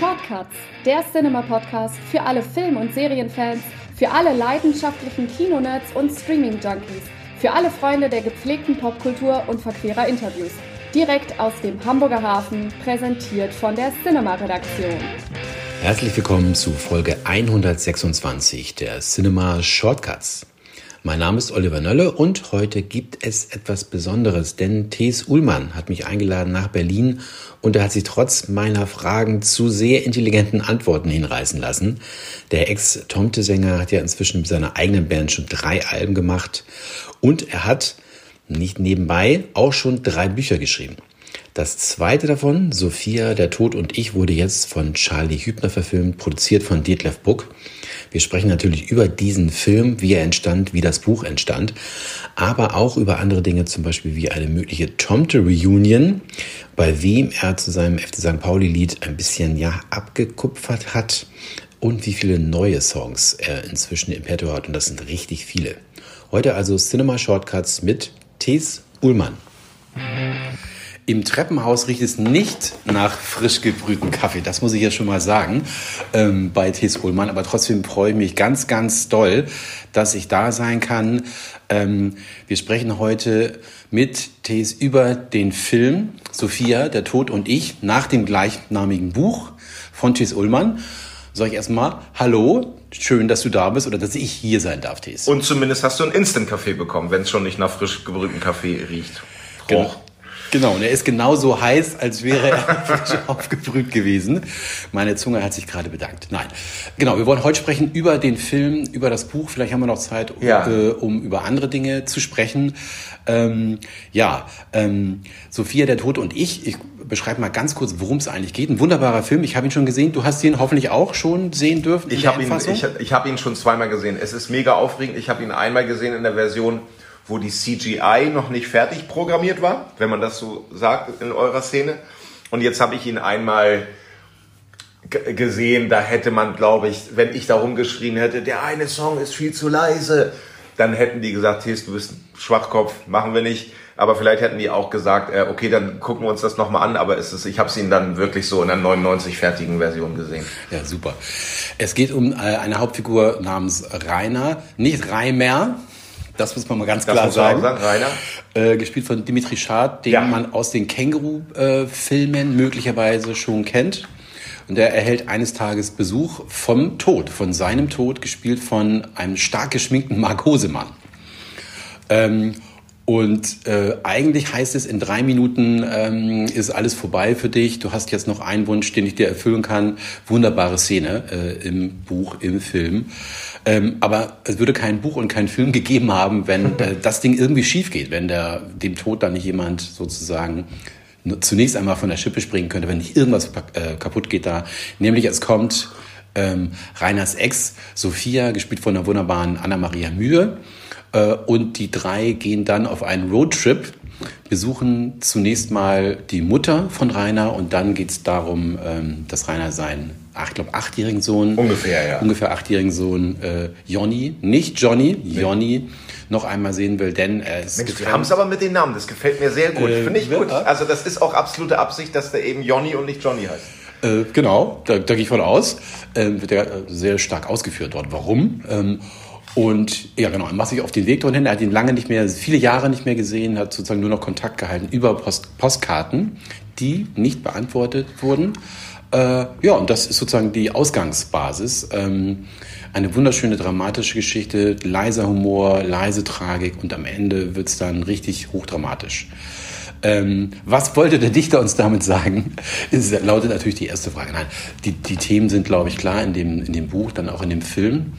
Shortcuts, der Cinema-Podcast für alle Film- und Serienfans, für alle leidenschaftlichen Kinonerds und Streaming-Junkies, für alle Freunde der gepflegten Popkultur und verquerer Interviews. Direkt aus dem Hamburger Hafen, präsentiert von der Cinema-Redaktion. Herzlich willkommen zu Folge 126 der Cinema Shortcuts. Mein Name ist Oliver Nölle und heute gibt es etwas Besonderes, denn Thees Uhlmann hat mich eingeladen nach Berlin und er hat sich trotz meiner Fragen zu sehr intelligenten Antworten hinreißen lassen. Der Ex-Tomte-Sänger hat ja inzwischen mit seiner eigenen Band schon 3 Alben gemacht und er hat, nicht nebenbei, auch schon 3 Bücher geschrieben. Das zweite davon, Sophia, der Tod und ich, wurde jetzt von Charlie Hübner verfilmt, produziert von Detlef Buck. Wir sprechen natürlich über diesen Film, wie er entstand, wie das Buch entstand, aber auch über andere Dinge, zum Beispiel wie eine mögliche Tomte-Reunion, bei wem er zu seinem FC St. Pauli-Lied ein bisschen abgekupfert hat und wie viele neue Songs er inzwischen im Petto hat, und das sind richtig viele. Heute also Cinema Shortcuts mit Thees Uhlmann. Im Treppenhaus riecht es nicht nach frisch gebrühtem Kaffee, das muss ich jetzt schon mal sagen, bei Thees Uhlmann. Aber trotzdem freue ich mich ganz, ganz doll, dass ich da sein kann. Wir sprechen heute mit Thees über den Film Sophia, der Tod und ich, nach dem gleichnamigen Buch von Thees Uhlmann. Sag ich erstmal Hallo, schön, dass du da bist oder dass ich hier sein darf, Thees. Und zumindest hast du einen Instant-Kaffee bekommen, wenn es schon nicht nach frisch gebrühtem Kaffee riecht. Genau, und er ist genauso heiß, als wäre er frisch aufgebrüht gewesen. Meine Zunge hat sich gerade bedankt. Nein, genau, wir wollen heute sprechen über den Film, über das Buch. Vielleicht haben wir noch Zeit, um über andere Dinge zu sprechen. Sophia, der Tod und ich beschreibe mal ganz kurz, worum es eigentlich geht. Ein wunderbarer Film, ich habe ihn schon gesehen. Du hast ihn hoffentlich auch schon sehen dürfen. Ich habe ihn schon 2-mal gesehen. Es ist mega aufregend. Ich habe ihn einmal gesehen in der Version, wo die CGI noch nicht fertig programmiert war, wenn man das so sagt in eurer Szene. Und jetzt habe ich ihn einmal gesehen, da hätte man, glaube ich, wenn ich da rumgeschrien hätte, der eine Song ist viel zu leise, dann hätten die gesagt, Thees, du bist ein Schwachkopf, machen wir nicht. Aber vielleicht hätten die auch gesagt, okay, dann gucken wir uns das nochmal an. Aber ich habe es ihn dann wirklich so in der 99 fertigen Version gesehen. Ja, super. Es geht um eine Hauptfigur namens Rainer, nicht Reimer. Das muss man mal ganz klar sagen. Rainer. Gespielt von Dimitri Schad, den man aus den Känguru-Filmen möglicherweise schon kennt. Und der erhält eines Tages Besuch vom Tod, von seinem Tod, gespielt von einem stark geschminkten Mark Hosemann. Eigentlich heißt es, in 3 Minuten ist alles vorbei für dich. Du hast jetzt noch einen Wunsch, den ich dir erfüllen kann. Wunderbare Szene im Buch, im Film. Aber es würde kein Buch und keinen Film gegeben haben, wenn das Ding irgendwie schief geht, wenn dem Tod dann nicht jemand sozusagen zunächst einmal von der Schippe springen könnte, wenn nicht irgendwas kaputt geht da. Nämlich es kommt Rainers Ex, Sophia, gespielt von der wunderbaren Anna-Maria Mühe. Und die 3 gehen dann auf einen Roadtrip, besuchen zunächst mal die Mutter von Rainer und dann geht es darum, dass Rainer seinen, 8-jährigen Sohn, ungefähr 8-jährigen Sohn Jonny, nicht Johnny, Jonny, noch einmal sehen will, denn er ist Mensch, wir haben es aber mit den Namen, das gefällt mir sehr gut, finde ich gut. Also das ist auch absolute Absicht, dass der eben Jonny und nicht Johnny heißt. Genau, da gehe ich von aus, wird ja sehr stark ausgeführt dort, warum. Und ja, genau, er macht sich auf den Weg dorthin. Er hat ihn viele Jahre nicht mehr gesehen, hat sozusagen nur noch Kontakt gehalten über Postkarten, die nicht beantwortet wurden. Und das ist sozusagen die Ausgangsbasis. Eine wunderschöne, dramatische Geschichte, leiser Humor, leise Tragik und am Ende wird's dann richtig hochdramatisch. Was wollte der Dichter uns damit sagen? Lautet natürlich die erste Frage. Nein, die Themen sind, glaube ich, klar in dem Buch, dann auch in dem Film.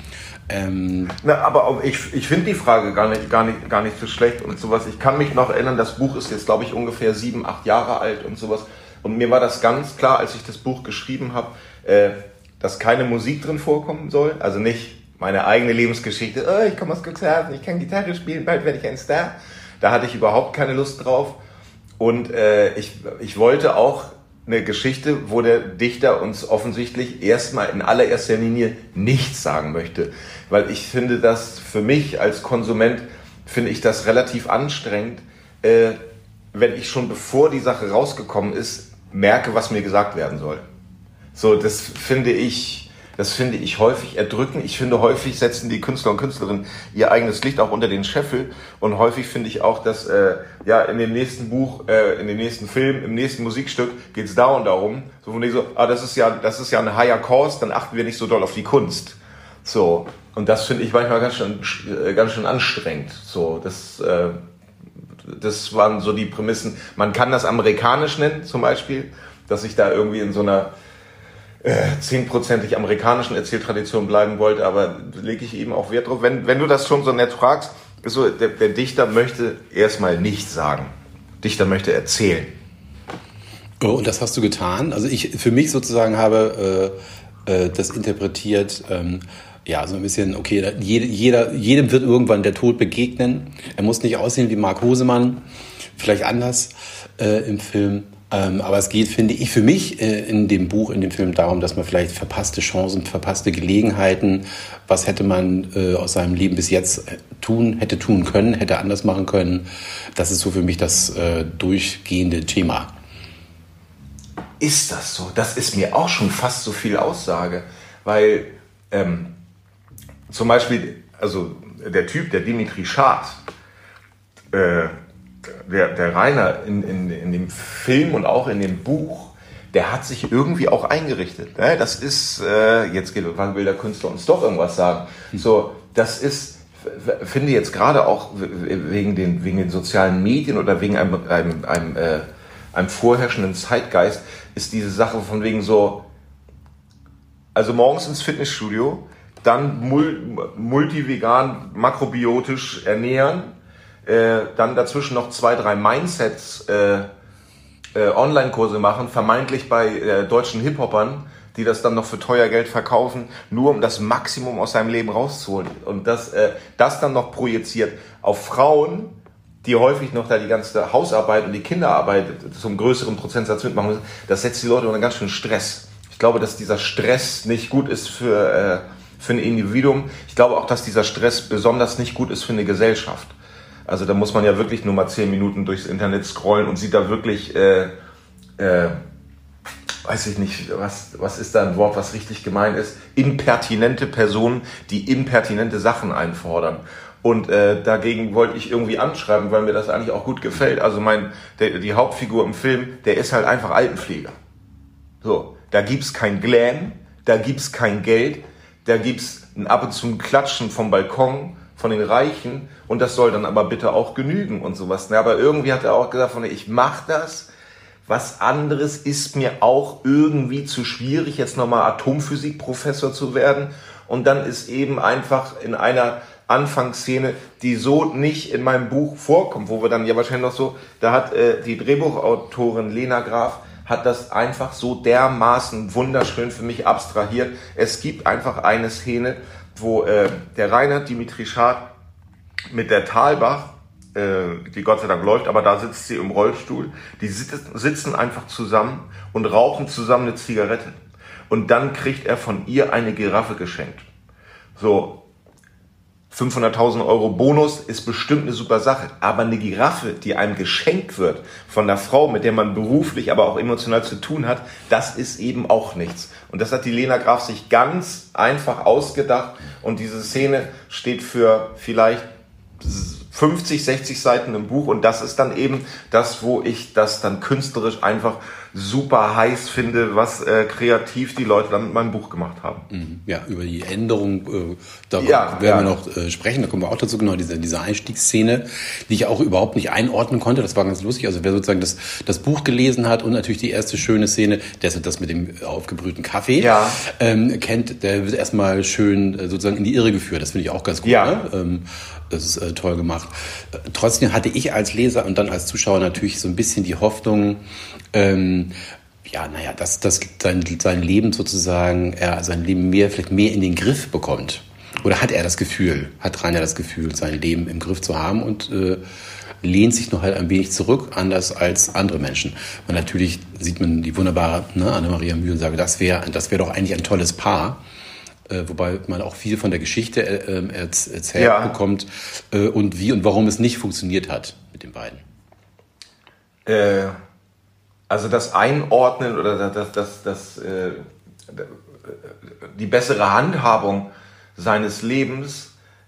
Aber ich finde die Frage gar nicht so schlecht und sowas. Ich kann mich noch erinnern, das Buch ist jetzt, glaube ich, ungefähr 7, 8 Jahre alt und sowas. Und mir war das ganz klar, als ich das Buch geschrieben habe, dass keine Musik drin vorkommen soll. Also nicht meine eigene Lebensgeschichte. Oh, ich komme aus Cuxhaven, ich kann Gitarre spielen, bald werde ich ein Star. Da hatte ich überhaupt keine Lust drauf. Und ich wollte auch eine Geschichte, wo der Dichter uns offensichtlich erstmal in allererster Linie nichts sagen möchte. Weil ich finde das für mich als Konsument, finde ich das relativ anstrengend, wenn ich schon bevor die Sache rausgekommen ist, merke, was mir gesagt werden soll. So, das finde ich häufig erdrückend. Ich finde, häufig setzen die Künstler und Künstlerinnen ihr eigenes Licht auch unter den Scheffel. Und häufig finde ich auch, dass in dem nächsten Buch, in dem nächsten Film, im nächsten Musikstück geht es da und darum. So von denen so, das ist ja ein higher course, dann achten wir nicht so doll auf die Kunst. So, und das finde ich manchmal ganz schön anstrengend. So, das waren so die Prämissen. Man kann das amerikanisch nennen, zum Beispiel, dass ich da irgendwie in so einer 10%ig amerikanischen Erzähltradition bleiben wollte, aber lege ich eben auch Wert drauf. Wenn du das schon so nett fragst, ist so, der Dichter möchte erstmal nichts sagen. Dichter möchte erzählen. Oh, und das hast du getan. Also ich für mich sozusagen habe das interpretiert, so ein bisschen, okay, jedem wird irgendwann der Tod begegnen. Er muss nicht aussehen wie Mark Hosemann, vielleicht anders im Film. Aber es geht, finde ich, für mich in dem Buch, in dem Film darum, dass man vielleicht verpasste Chancen, verpasste Gelegenheiten, was hätte man aus seinem Leben bis jetzt hätte tun können, hätte anders machen können. Das ist so für mich das durchgehende Thema. Ist das so? Das ist mir auch schon fast so viel Aussage, weil zum Beispiel, also der Typ, der Dimitri Schad, der Rainer in dem Film und auch in dem Buch, der hat sich irgendwie auch eingerichtet. Ne? Das ist, wann will der Künstler uns doch irgendwas sagen? So, das ist, finde ich jetzt gerade auch wegen den sozialen Medien oder wegen einem vorherrschenden Zeitgeist, ist diese Sache von wegen so, also morgens ins Fitnessstudio, dann multivegan, makrobiotisch ernähren, dann dazwischen noch 2-3 Mindsets Online-Kurse machen, vermeintlich bei deutschen Hip-Hopern, die das dann noch für teuer Geld verkaufen, nur um das Maximum aus seinem Leben rauszuholen. Und das dann noch projiziert auf Frauen, die häufig noch da die ganze Hausarbeit und die Kinderarbeit zum größeren Prozentsatz mitmachen müssen, das setzt die Leute unter ganz schön Stress. Ich glaube, dass dieser Stress nicht gut ist für ein Individuum. Ich glaube auch, dass dieser Stress besonders nicht gut ist für eine Gesellschaft. Also da muss man ja wirklich nur mal 10 Minuten durchs Internet scrollen und sieht da wirklich, weiß ich nicht, was ist da ein Wort, was richtig gemein ist, impertinente Personen, die impertinente Sachen einfordern. Und dagegen wollte ich irgendwie anschreiben, weil mir das eigentlich auch gut gefällt. Also die Hauptfigur im Film, der ist halt einfach Altenpfleger. So, da gibt's kein Glam, da gibt's kein Geld, da gibt's ab und zu ein Klatschen vom Balkon von den Reichen und das soll dann aber bitte auch genügen und sowas. Aber irgendwie hat er auch gesagt, ich mache das, was anderes ist mir auch irgendwie zu schwierig, jetzt nochmal Atomphysikprofessor zu werden. Und dann ist eben einfach in einer Anfangsszene, die so nicht in meinem Buch vorkommt, wo wir dann ja wahrscheinlich noch so, da hat die Drehbuchautorin Lena Graf hat das einfach so dermaßen wunderschön für mich abstrahiert. Es gibt einfach eine Szene, wo der Rainer Dimitri Schad mit der Thalbach, die Gott sei Dank läuft, aber da sitzt sie im Rollstuhl, die sitzen einfach zusammen und rauchen zusammen eine Zigarette. Und dann kriegt er von ihr eine Giraffe geschenkt. So, 500.000 Euro Bonus ist bestimmt eine super Sache, aber eine Giraffe, die einem geschenkt wird von einer Frau, mit der man beruflich, aber auch emotional zu tun hat, das ist eben auch nichts. Und das hat die Lena Graf sich ganz einfach ausgedacht und diese Szene steht für vielleicht 50, 60 Seiten im Buch und das ist dann eben das, wo ich das dann künstlerisch einfach super heiß finde, was kreativ die Leute dann mit meinem Buch gemacht haben. Ja, über die Änderung, werden wir noch sprechen, da kommen wir auch dazu, genau, diese Einstiegsszene, die ich auch überhaupt nicht einordnen konnte, das war ganz lustig, also wer sozusagen das Buch gelesen hat und natürlich die erste schöne Szene, das mit dem aufgebrühten Kaffee, kennt, der wird erstmal schön sozusagen in die Irre geführt, das finde ich auch ganz gut, ne? Das ist toll gemacht. Trotzdem hatte ich als Leser und dann als Zuschauer natürlich so ein bisschen die Hoffnung, dass sein Leben sozusagen, sein Leben vielleicht mehr in den Griff bekommt. Oder hat Rainer das Gefühl, sein Leben im Griff zu haben und lehnt sich noch halt ein wenig zurück, anders als andere Menschen. Und natürlich sieht man die wunderbare Anne-Maria Mühlensager, das wäre doch eigentlich ein tolles Paar. Wobei man auch viel von der Geschichte erzählt bekommt und wie und warum es nicht funktioniert hat mit den beiden. Also das Einordnen oder die bessere Handhabung seines Lebens,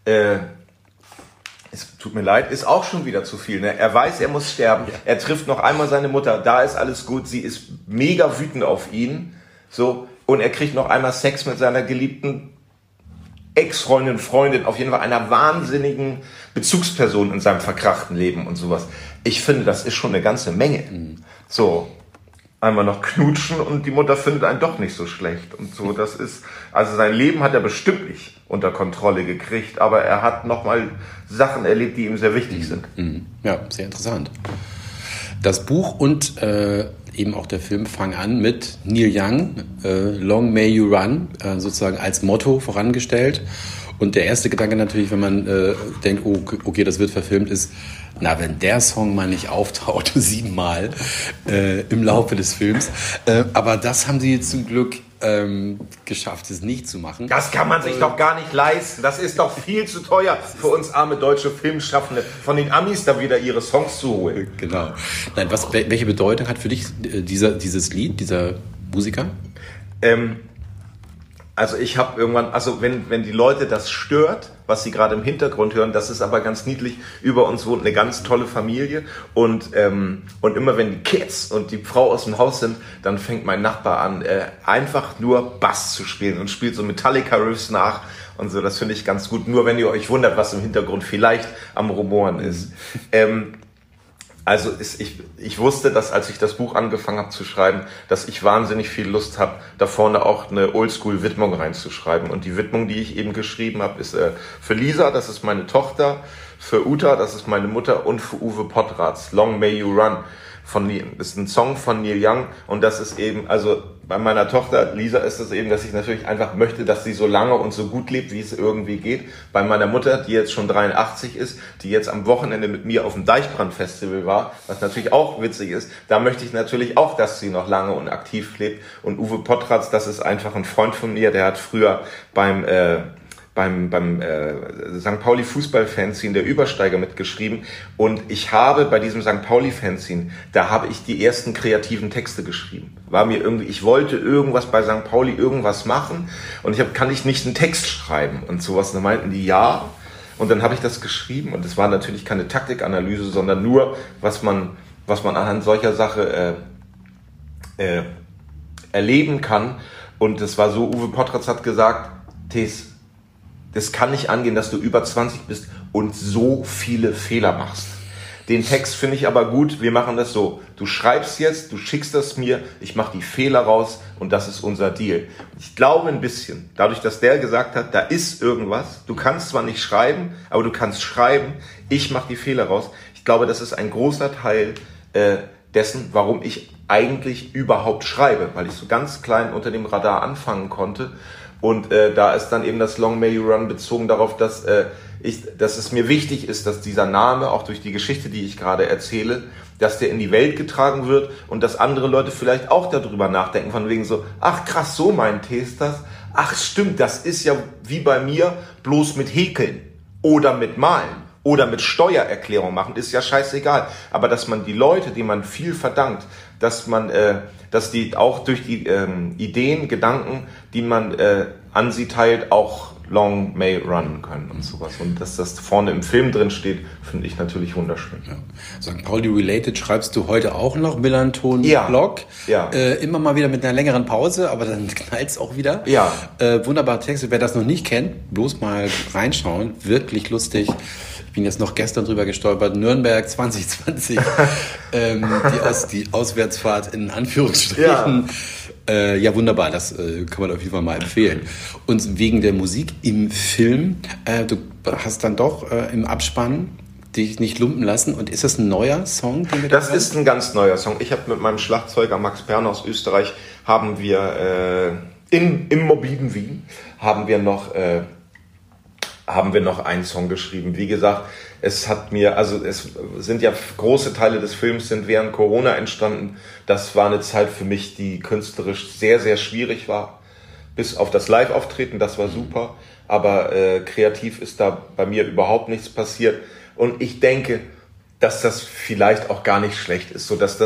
es tut mir leid, ist auch schon wieder zu viel. Ne? Er weiß, er muss sterben. Ja. Er trifft noch einmal seine Mutter. Da ist alles gut. Sie ist mega wütend auf ihn. So. Und er kriegt noch einmal Sex mit seiner geliebten Freundin, auf jeden Fall einer wahnsinnigen Bezugsperson in seinem verkrachten Leben und sowas. Ich finde, das ist schon eine ganze Menge. So. Einmal noch knutschen und die Mutter findet einen doch nicht so schlecht und so. Das ist, also sein Leben hat er bestimmt nicht unter Kontrolle gekriegt, aber er hat nochmal Sachen erlebt, die ihm sehr wichtig sind. Ja, sehr interessant. Das Buch und eben auch der Film fangen an mit Neil Young, Long May You Run, sozusagen als Motto vorangestellt. Und der erste Gedanke natürlich, wenn man denkt, oh, okay, das wird verfilmt, ist, na, wenn der Song mal nicht auftaucht 7-mal im Laufe des Films. Aber das haben sie zum Glück geschafft, es nicht zu machen. Das kann man sich doch gar nicht leisten. Das ist doch viel zu teuer für uns arme deutsche Filmschaffende, von den Amis da wieder ihre Songs zu holen. Genau. Nein, welche Bedeutung hat für dich dieses Lied, dieser Musiker? Also ich habe irgendwann, also wenn die Leute das stört, was sie gerade im Hintergrund hören, das ist aber ganz niedlich. Über uns wohnt eine ganz tolle Familie und immer wenn die Kids und die Frau aus dem Haus sind, dann fängt mein Nachbar an, einfach nur Bass zu spielen und spielt so Metallica-Riffs nach und so. Das finde ich ganz gut. Nur wenn ihr euch wundert, was im Hintergrund vielleicht am Rumoren ist. Also ich wusste, dass als ich das Buch angefangen habe zu schreiben, dass ich wahnsinnig viel Lust habe, da vorne auch eine Oldschool-Widmung reinzuschreiben. Und die Widmung, die ich eben geschrieben habe, ist für Lisa, das ist meine Tochter, für Uta, das ist meine Mutter und für Uwe Potratz, Long May You Run. Das ist ein Song von Neil Young und das ist eben, also bei meiner Tochter Lisa ist es eben, dass ich natürlich einfach möchte, dass sie so lange und so gut lebt, wie es irgendwie geht. Bei meiner Mutter, die jetzt schon 83 ist, die jetzt am Wochenende mit mir auf dem Deichbrand-Festival war, was natürlich auch witzig ist, da möchte ich natürlich auch, dass sie noch lange und aktiv lebt. Und Uwe Potratz, das ist einfach ein Freund von mir, der hat früher beim St. Pauli Fußball-Fanzine der Übersteiger mitgeschrieben und ich habe bei diesem St. Pauli-Fanzine, da habe ich die ersten kreativen Texte geschrieben. Ich wollte irgendwas bei St. Pauli irgendwas machen und kann ich nicht einen Text schreiben und sowas. Und dann meinten die ja und dann habe ich das geschrieben und es war natürlich keine Taktikanalyse, sondern nur, was man anhand solcher Sache erleben kann. Und das war so, Uwe Potratz hat gesagt, Thes, das kann nicht angehen, dass du über 20 bist und so viele Fehler machst. Den Text finde ich aber gut, wir machen das so. Du schreibst jetzt, du schickst das mir, ich mache die Fehler raus und das ist unser Deal. Ich glaube ein bisschen, dadurch, dass der gesagt hat, da ist irgendwas, du kannst zwar nicht schreiben, aber du kannst schreiben, ich mache die Fehler raus. Ich glaube, das ist ein großer Teil dessen, warum ich eigentlich überhaupt schreibe, weil ich so ganz klein unter dem Radar anfangen konnte. Und da ist dann eben das Long May You Run bezogen darauf, dass es mir wichtig ist, dass dieser Name, auch durch die Geschichte, die ich gerade erzähle, dass der in die Welt getragen wird und dass andere Leute vielleicht auch darüber nachdenken, von wegen so, ach krass, so meint Thes das, ach stimmt, das ist ja wie bei mir, bloß mit Häkeln oder mit Malen oder mit Steuererklärung machen, ist ja scheißegal. Aber dass man die Leute, denen man viel verdankt, dass die auch durch die Ideen, Gedanken, die man an sie teilt, auch Long May Run können und sowas. Und dass das vorne im Film drin steht, finde ich natürlich wunderschön. Ja. St. Pauli Related schreibst du heute auch noch, Millanton-Blog. Ja. Immer mal wieder mit einer längeren Pause, aber dann knallt's auch wieder. Ja. Wunderbare Texte. Wer das noch nicht kennt, bloß mal reinschauen. Wirklich lustig. Ich bin jetzt noch gestern drüber gestolpert. Nürnberg 2020. Die Auswärtsfahrt in Anführungsstrichen. Ja, wunderbar, das kann man auf jeden Fall mal empfehlen. Und wegen der Musik im Film, du hast dann doch im Abspann dich nicht lumpen lassen. Und ist das ein neuer Song? Das ist ein ganz neuer Song. Ich habe mit meinem Schlagzeuger Max Perner aus Österreich, haben wir im mobilen Wien, haben wir noch einen Song geschrieben. Wie gesagt, es sind ja große Teile des Films sind während Corona entstanden. Das war eine Zeit für mich, die künstlerisch sehr, sehr schwierig war. Bis auf das Live-Auftreten, das war super. Aber kreativ ist da bei mir überhaupt nichts passiert. Und ich denke, dass das vielleicht auch gar nicht schlecht ist, sodass dann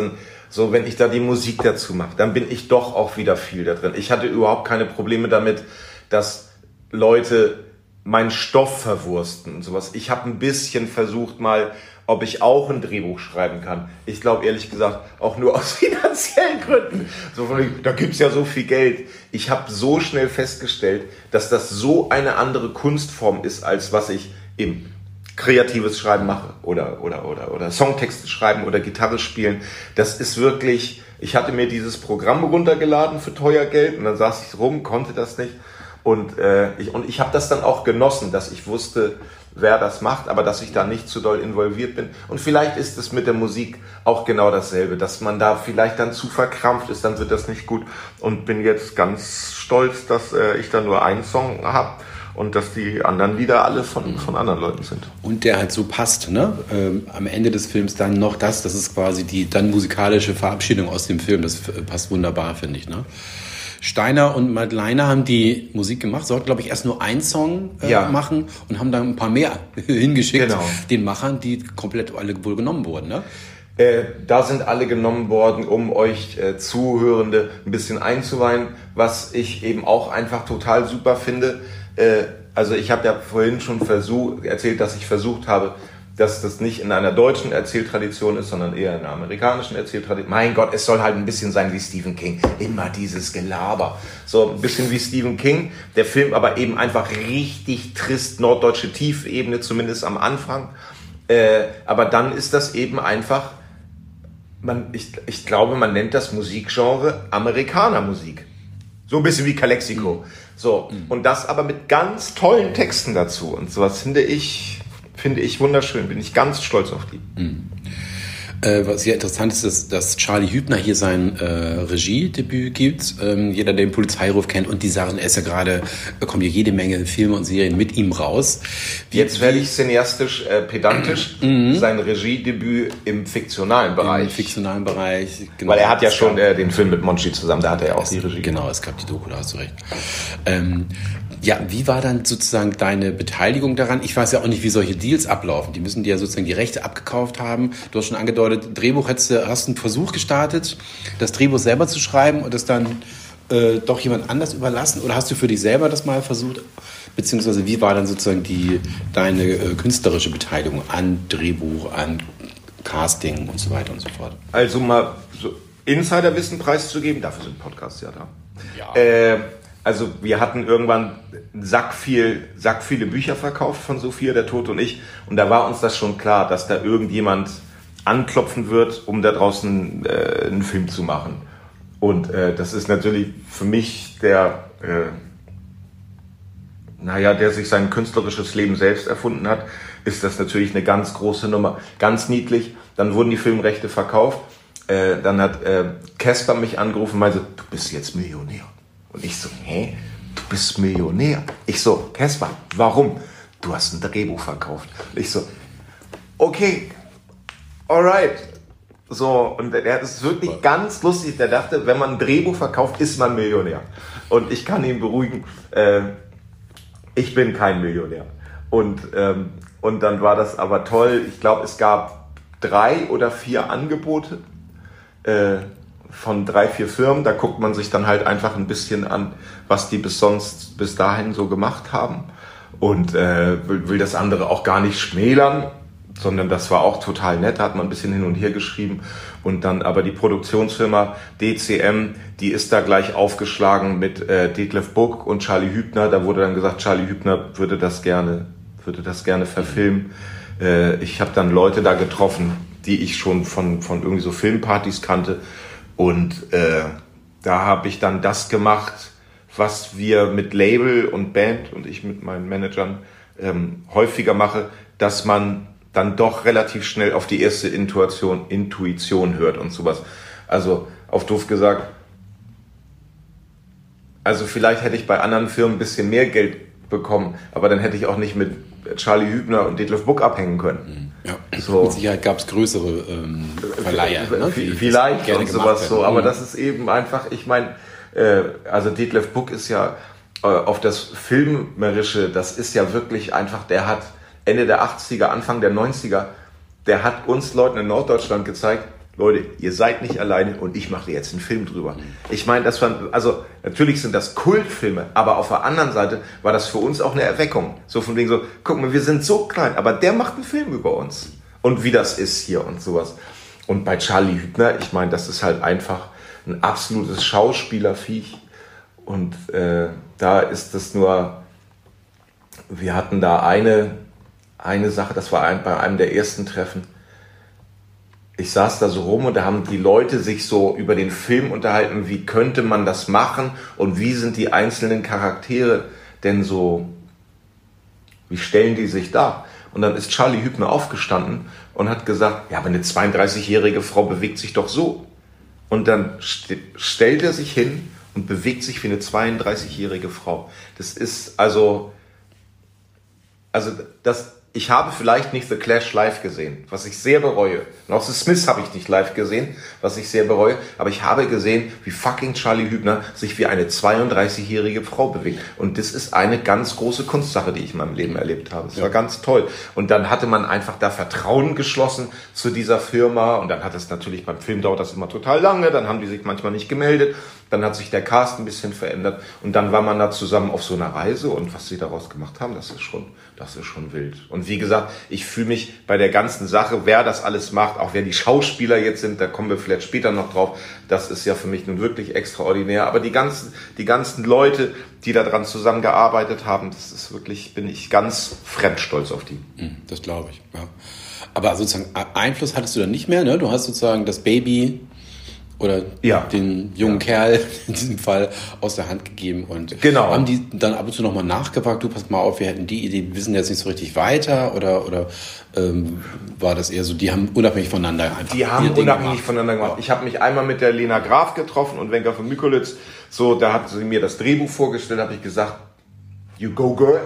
So, wenn ich da die Musik dazu mache, dann bin ich doch auch wieder viel da drin. Ich hatte überhaupt keine Probleme damit, dass Leute meinen Stoff verwursten und sowas. Ich habe ein bisschen versucht mal, ob ich auch ein Drehbuch schreiben kann. Ich glaube ehrlich gesagt auch nur aus finanziellen Gründen. So, da gibt's ja so viel Geld. Ich habe so schnell festgestellt, dass das so eine andere Kunstform ist, als was ich im kreatives Schreiben mache oder Songtexte schreiben oder Gitarre spielen. Das ist wirklich, ich hatte mir dieses Programm runtergeladen für teuer Geld und dann saß ich rum, konnte das nicht und ich habe das dann auch genossen, dass ich wusste, wer das macht, aber dass ich da nicht zu doll involviert bin. Und vielleicht ist es mit der Musik auch genau dasselbe, dass man da vielleicht dann zu verkrampft ist, dann wird das nicht gut und bin jetzt ganz stolz, dass ich da nur einen Song habe. Und dass die anderen Lieder alle von anderen Leuten sind. Und der halt so passt, ne? Am Ende des Films dann noch das ist quasi die dann musikalische Verabschiedung aus dem Film. Das passt wunderbar, finde ich, ne? Steiner und Madleiner haben die Musik gemacht, sollten, glaube ich, erst nur einen Song machen und haben dann ein paar mehr hingeschickt, den Machern, die komplett alle wohl genommen wurden, ne? Da sind alle genommen worden, um euch Zuhörende ein bisschen einzuweihen, was ich eben auch einfach total super finde. Also ich habe ja vorhin schon erzählt, dass ich versucht habe, dass das nicht in einer deutschen Erzähltradition ist, sondern eher in einer amerikanischen Erzähltradition. Mein Gott, es soll halt ein bisschen sein wie Stephen King. Immer dieses Gelaber. So ein bisschen wie Stephen King. Der Film aber eben einfach richtig trist, norddeutsche Tiefebene, zumindest am Anfang. Aber dann ist das eben einfach, ich glaube, man nennt das Musikgenre Amerikanermusik. So ein bisschen wie Calexico. So, und das aber mit ganz tollen Texten dazu. Und sowas finde ich wunderschön. Bin ich ganz stolz auf die. Was sehr interessant ist, dass Charlie Hübner hier sein Regiedebüt gibt. Jeder, der den Polizeiruf kennt und die Sachen, er ist ja gerade, kommen hier jede Menge Filme und Serien mit ihm raus. Jetzt werde ich cineastisch pedantisch. Sein Regiedebüt im fiktionalen Bereich. Im fiktionalen Bereich. Genau. Weil er hat ja schon den Film mit Monchi zusammen, da hat er ja auch die Regie. Genau, es gab die Doku, da hast du recht. Ja, wie war dann sozusagen deine Beteiligung daran? Ich weiß ja auch nicht, wie solche Deals ablaufen. Die müssen dir ja sozusagen die Rechte abgekauft haben. Du hast schon angedeutet, Drehbuch hast einen Versuch gestartet, das Drehbuch selber zu schreiben und das dann doch jemand anders überlassen? Oder hast du für dich selber das mal versucht? Beziehungsweise wie war dann sozusagen deine künstlerische Beteiligung an Drehbuch, an Casting und so weiter und so fort? Also mal so Insiderwissen preiszugeben, dafür sind Podcasts ja da. Ja. Also wir hatten irgendwann Sack viele Bücher verkauft von Sophia, der Tod und ich. Und da war uns das schon klar, dass da irgendjemand anklopfen wird, um da draußen einen Film zu machen. Und das ist natürlich für mich der sich sein künstlerisches Leben selbst erfunden hat, ist das natürlich eine ganz große Nummer. Ganz niedlich. Dann wurden die Filmrechte verkauft. Dann hat Casper mich angerufen und meinte, du bist jetzt Millionär. Und ich so, hä? Du bist Millionär? Ich so, Casper, warum? Du hast ein Drehbuch verkauft. Und ich so, okay, alright. So, und der ist wirklich ganz lustig. Der dachte, wenn man ein Drehbuch verkauft, ist man Millionär. Und ich kann ihn beruhigen, ich bin kein Millionär. Und dann war das aber toll. Ich glaube, es gab 3 oder 4 Angebote von 3, 4 Firmen. Da guckt man sich dann halt einfach ein bisschen an, was die bis dahin so gemacht haben. Und will das andere auch gar nicht schmälern, sondern das war auch total nett. Da hat man ein bisschen hin und her geschrieben. Und dann aber die Produktionsfirma DCM, die ist da gleich aufgeschlagen mit Detlef Buck und Charlie Hübner. Da wurde dann gesagt, Charlie Hübner würde das gerne verfilmen. Ich habe dann Leute da getroffen, die ich schon von irgendwie so Filmpartys kannte. Und da habe ich dann das gemacht, was wir mit Label und Band und ich mit meinen Managern häufiger mache, dass man dann doch relativ schnell auf die erste Intuition hört und sowas. Also auf doof gesagt, also vielleicht hätte ich bei anderen Firmen ein bisschen mehr Geld bekommen, aber dann hätte ich auch nicht mit Charlie Hübner und Detlef Buck abhängen können. Ja, so. Mit Sicherheit gab es größere Verleiher. Ne? Vielleicht und sowas so, aber das ist eben einfach, ich meine, also Detlef Buck ist ja auf das Filmerische, das ist ja wirklich einfach, der hat Ende der 80er, Anfang der 90er, der hat uns Leuten in Norddeutschland gezeigt, Leute, ihr seid nicht alleine und ich mache jetzt einen Film drüber. Ich meine, also natürlich sind das Kultfilme, aber auf der anderen Seite war das für uns auch eine Erweckung. So von wegen so, guck mal, wir sind so klein, aber der macht einen Film über uns. Und wie das ist hier und sowas. Und bei Charlie Hübner, ich meine, das ist halt einfach ein absolutes Schauspielerviech. Und da ist es nur, wir hatten da eine Sache, das war bei einem der ersten Treffen. Ich saß da so rum und da haben die Leute sich so über den Film unterhalten, wie könnte man das machen und wie sind die einzelnen Charaktere denn so, wie stellen die sich dar? Und dann ist Charlie Hübner aufgestanden und hat gesagt, ja, aber eine 32-jährige Frau bewegt sich doch so. Und dann stellt er sich hin und bewegt sich wie eine 32-jährige Frau. Das ist ich habe vielleicht nicht The Clash live gesehen, was ich sehr bereue. Und auch The Smiths habe ich nicht live gesehen, was ich sehr bereue. Aber ich habe gesehen, wie fucking Charlie Hübner sich wie eine 32-jährige Frau bewegt. Und das ist eine ganz große Kunstsache, die ich in meinem Leben erlebt habe. Das war ganz toll. Und dann hatte man einfach da Vertrauen geschlossen zu dieser Firma. Und dann hat es natürlich, beim Film dauert das immer total lange. Dann haben die sich manchmal nicht gemeldet. Dann hat sich der Cast ein bisschen verändert. Und dann war man da zusammen auf so einer Reise. Und was sie daraus gemacht haben, das ist schon wild. Und wie gesagt, ich fühle mich bei der ganzen Sache, wer das alles macht, auch wer die Schauspieler jetzt sind, da kommen wir vielleicht später noch drauf, das ist ja für mich nun wirklich extraordinär. Aber die ganzen Leute, die daran zusammengearbeitet haben, das ist wirklich, bin ich ganz fremdstolz auf die. Das glaube ich, ja. Aber sozusagen Einfluss hattest du dann nicht mehr, ne? Du hast sozusagen das Baby oder den jungen Kerl in diesem Fall aus der Hand gegeben und haben die dann ab und zu nochmal nachgefragt, du pass mal auf, wir hätten die Idee, wir wissen jetzt nicht so richtig weiter oder war das eher so, die haben unabhängig voneinander einfach Die haben unabhängig voneinander gemacht. Ich habe mich einmal mit der Lena Graf getroffen und Wenka von Mikulicz, so, da hat sie mir das Drehbuch vorgestellt, habe ich gesagt, you go girl.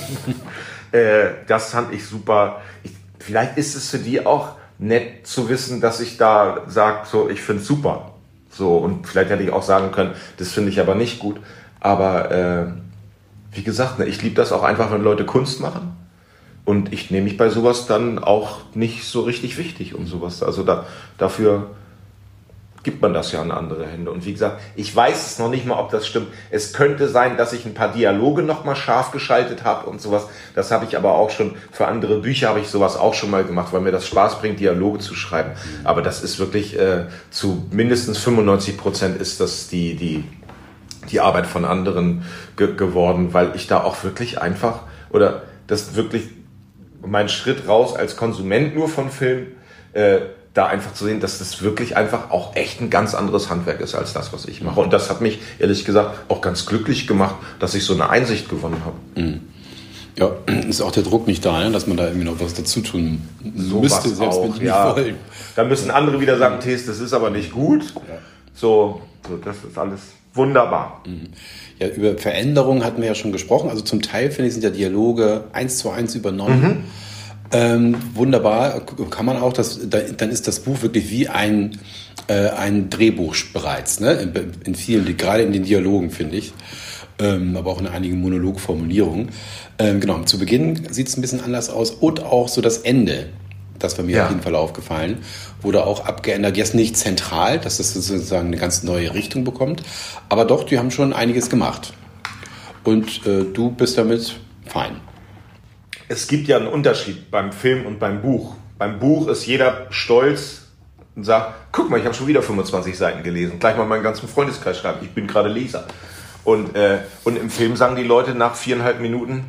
Das fand ich super. Vielleicht ist es für die auch nett zu wissen, dass ich da sage, so, ich finde es super. So, und vielleicht hätte ich auch sagen können, das finde ich aber nicht gut. Aber wie gesagt, ich liebe das auch einfach, wenn Leute Kunst machen. Und ich nehme mich bei sowas dann auch nicht so richtig wichtig und sowas. Also dafür gibt man das ja an andere Hände. Und wie gesagt, ich weiß es noch nicht mal, ob das stimmt. Es könnte sein, dass ich ein paar Dialoge noch mal scharf geschaltet habe und sowas. Das habe ich aber auch schon, für andere Bücher habe ich sowas auch schon mal gemacht, weil mir das Spaß bringt, Dialoge zu schreiben. Aber das ist wirklich zu mindestens 95% ist das die Arbeit von anderen geworden, weil ich da auch wirklich einfach, oder das wirklich mein Schritt raus als Konsument nur von Film, da einfach zu sehen, dass das wirklich einfach auch echt ein ganz anderes Handwerk ist als das, was ich mache. Und das hat mich, ehrlich gesagt, auch ganz glücklich gemacht, dass ich so eine Einsicht gewonnen habe. Ja, ist auch der Druck nicht da, ne? Dass man da irgendwie noch was dazu tun so müsste, selbst wenn die nicht wollen. Da müssen andere wieder sagen, Tees, das ist aber nicht gut. Ja. So, das ist alles wunderbar. Ja, über Veränderungen hatten wir ja schon gesprochen. Also zum Teil, finde ich, sind ja Dialoge 1:1 übernommen. Wunderbar, kann man auch, dann ist das Buch wirklich wie ein Drehbuch bereits, ne? In vielen, gerade in den Dialogen, finde ich, aber auch in einigen Monologformulierungen. Genau, zu Beginn sieht es ein bisschen anders aus und auch so das Ende, das war mir auf jeden Fall aufgefallen, wurde auch abgeändert, jetzt nicht zentral, dass das sozusagen eine ganz neue Richtung bekommt, aber doch, die haben schon einiges gemacht und du bist damit fein. Es gibt ja einen Unterschied beim Film und beim Buch. Beim Buch ist jeder stolz und sagt, guck mal, ich habe schon wieder 25 Seiten gelesen. Gleich mal meinen ganzen Freundeskreis schreiben, ich bin gerade Leser. Und im Film sagen die Leute nach 4,5 Minuten,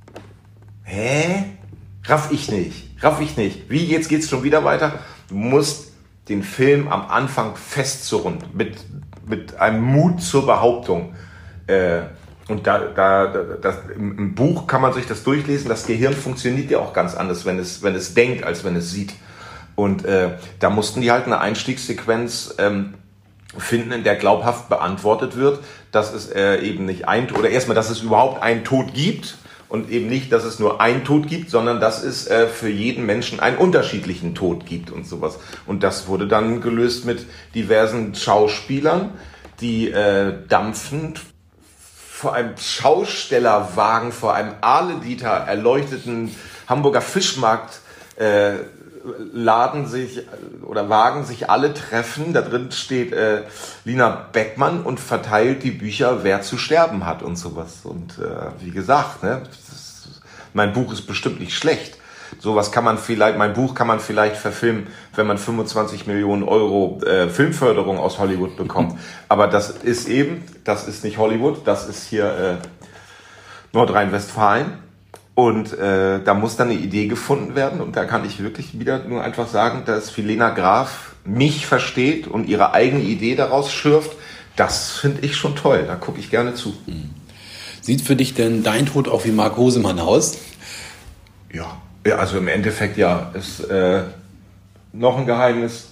Raff ich nicht. Wie, jetzt geht's schon wieder weiter? Du musst den Film am Anfang festzurren, mit einem Mut zur Behauptung. Und im Buch kann man sich das durchlesen. Das Gehirn funktioniert ja auch ganz anders, wenn es denkt, als wenn es sieht. Und da mussten die halt eine Einstiegssequenz finden, in der glaubhaft beantwortet wird, dass es eben nicht oder erstmal, dass es überhaupt einen Tod gibt und eben nicht, dass es nur einen Tod gibt, sondern dass es für jeden Menschen einen unterschiedlichen Tod gibt und sowas. Und das wurde dann gelöst mit diversen Schauspielern, die dampfend vor einem Schaustellerwagen, vor einem Ahle-Dieter erleuchteten Hamburger Fischmarkt wagen sich alle Treffen. Da drin steht Lina Beckmann und verteilt die Bücher, wer zu sterben hat und sowas. Und wie gesagt, ne, mein Buch ist bestimmt nicht schlecht. Mein Buch kann man vielleicht verfilmen, wenn man 25 Millionen Euro Filmförderung aus Hollywood bekommt. Aber das ist nicht Hollywood, das ist hier Nordrhein-Westfalen. Und da muss dann eine Idee gefunden werden. Und da kann ich wirklich wieder nur einfach sagen, dass Philena Graf mich versteht und ihre eigene Idee daraus schürft. Das finde ich schon toll. Da gucke ich gerne zu. Sieht für dich denn dein Tod auch wie Marc Hosemann aus? Ja, also im Endeffekt ja. Ist noch ein Geheimnis.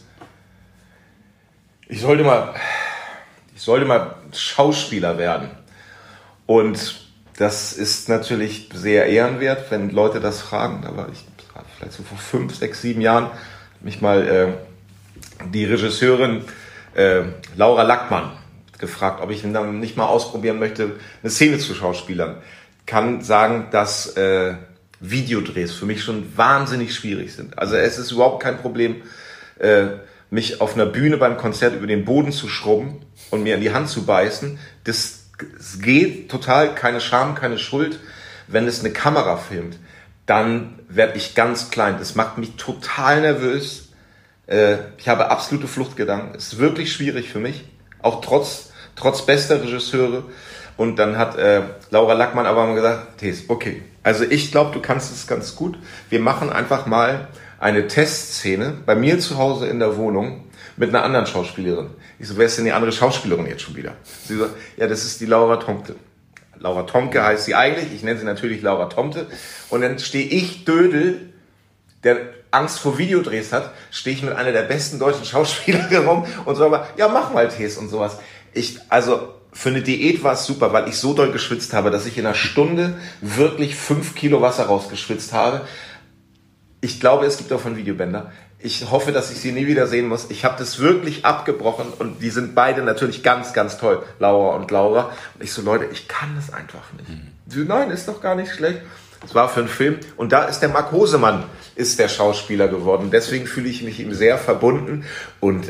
Ich sollte mal Schauspieler werden. Und das ist natürlich sehr ehrenwert, wenn Leute das fragen. Da war ich vielleicht so vor 5, 6, 7 Jahren, mich mal die Regisseurin Laura Lackmann gefragt, ob ich dann nicht mal ausprobieren möchte, eine Szene zu schauspielern. Kann sagen, dass Videodrehs für mich schon wahnsinnig schwierig sind. Also es ist überhaupt kein Problem, mich auf einer Bühne beim Konzert über den Boden zu schrubben und mir in die Hand zu beißen. Es geht total, keine Scham, keine Schuld. Wenn es eine Kamera filmt, dann werde ich ganz klein. Das macht mich total nervös. Ich habe absolute Fluchtgedanken. Es ist wirklich schwierig für mich, auch trotz bester Regisseure. Und dann hat Laura Lackmann aber mal gesagt, Thes, okay, also ich glaube, du kannst es ganz gut. Wir machen einfach mal eine Testszene bei mir zu Hause in der Wohnung mit einer anderen Schauspielerin. Ich so, wer ist denn die andere Schauspielerin jetzt schon wieder? Sie so, ja, das ist die Laura Tomte. Laura Tomke heißt sie eigentlich, ich nenne sie natürlich Laura Tomte. Und dann stehe ich, Dödel, der Angst vor Videodrehs hat, stehe ich mit einer der besten deutschen Schauspielerinnen rum und so, aber ja, mach mal Tees und sowas. Also für eine Diät war es super, weil ich so doll geschwitzt habe, dass ich in einer Stunde wirklich 5 Kilo Wasser rausgeschwitzt habe. Ich glaube, es gibt davon Videobänder. Ich hoffe, dass ich sie nie wieder sehen muss. Ich habe das wirklich abgebrochen und die sind beide natürlich ganz, ganz toll, Laura und Laura. Und ich so, Leute, ich kann das einfach nicht. Sie, nein, ist doch gar nicht schlecht. Es war für einen Film und da ist der Marc Hosemann, ist der Schauspieler geworden. Deswegen fühle ich mich ihm sehr verbunden und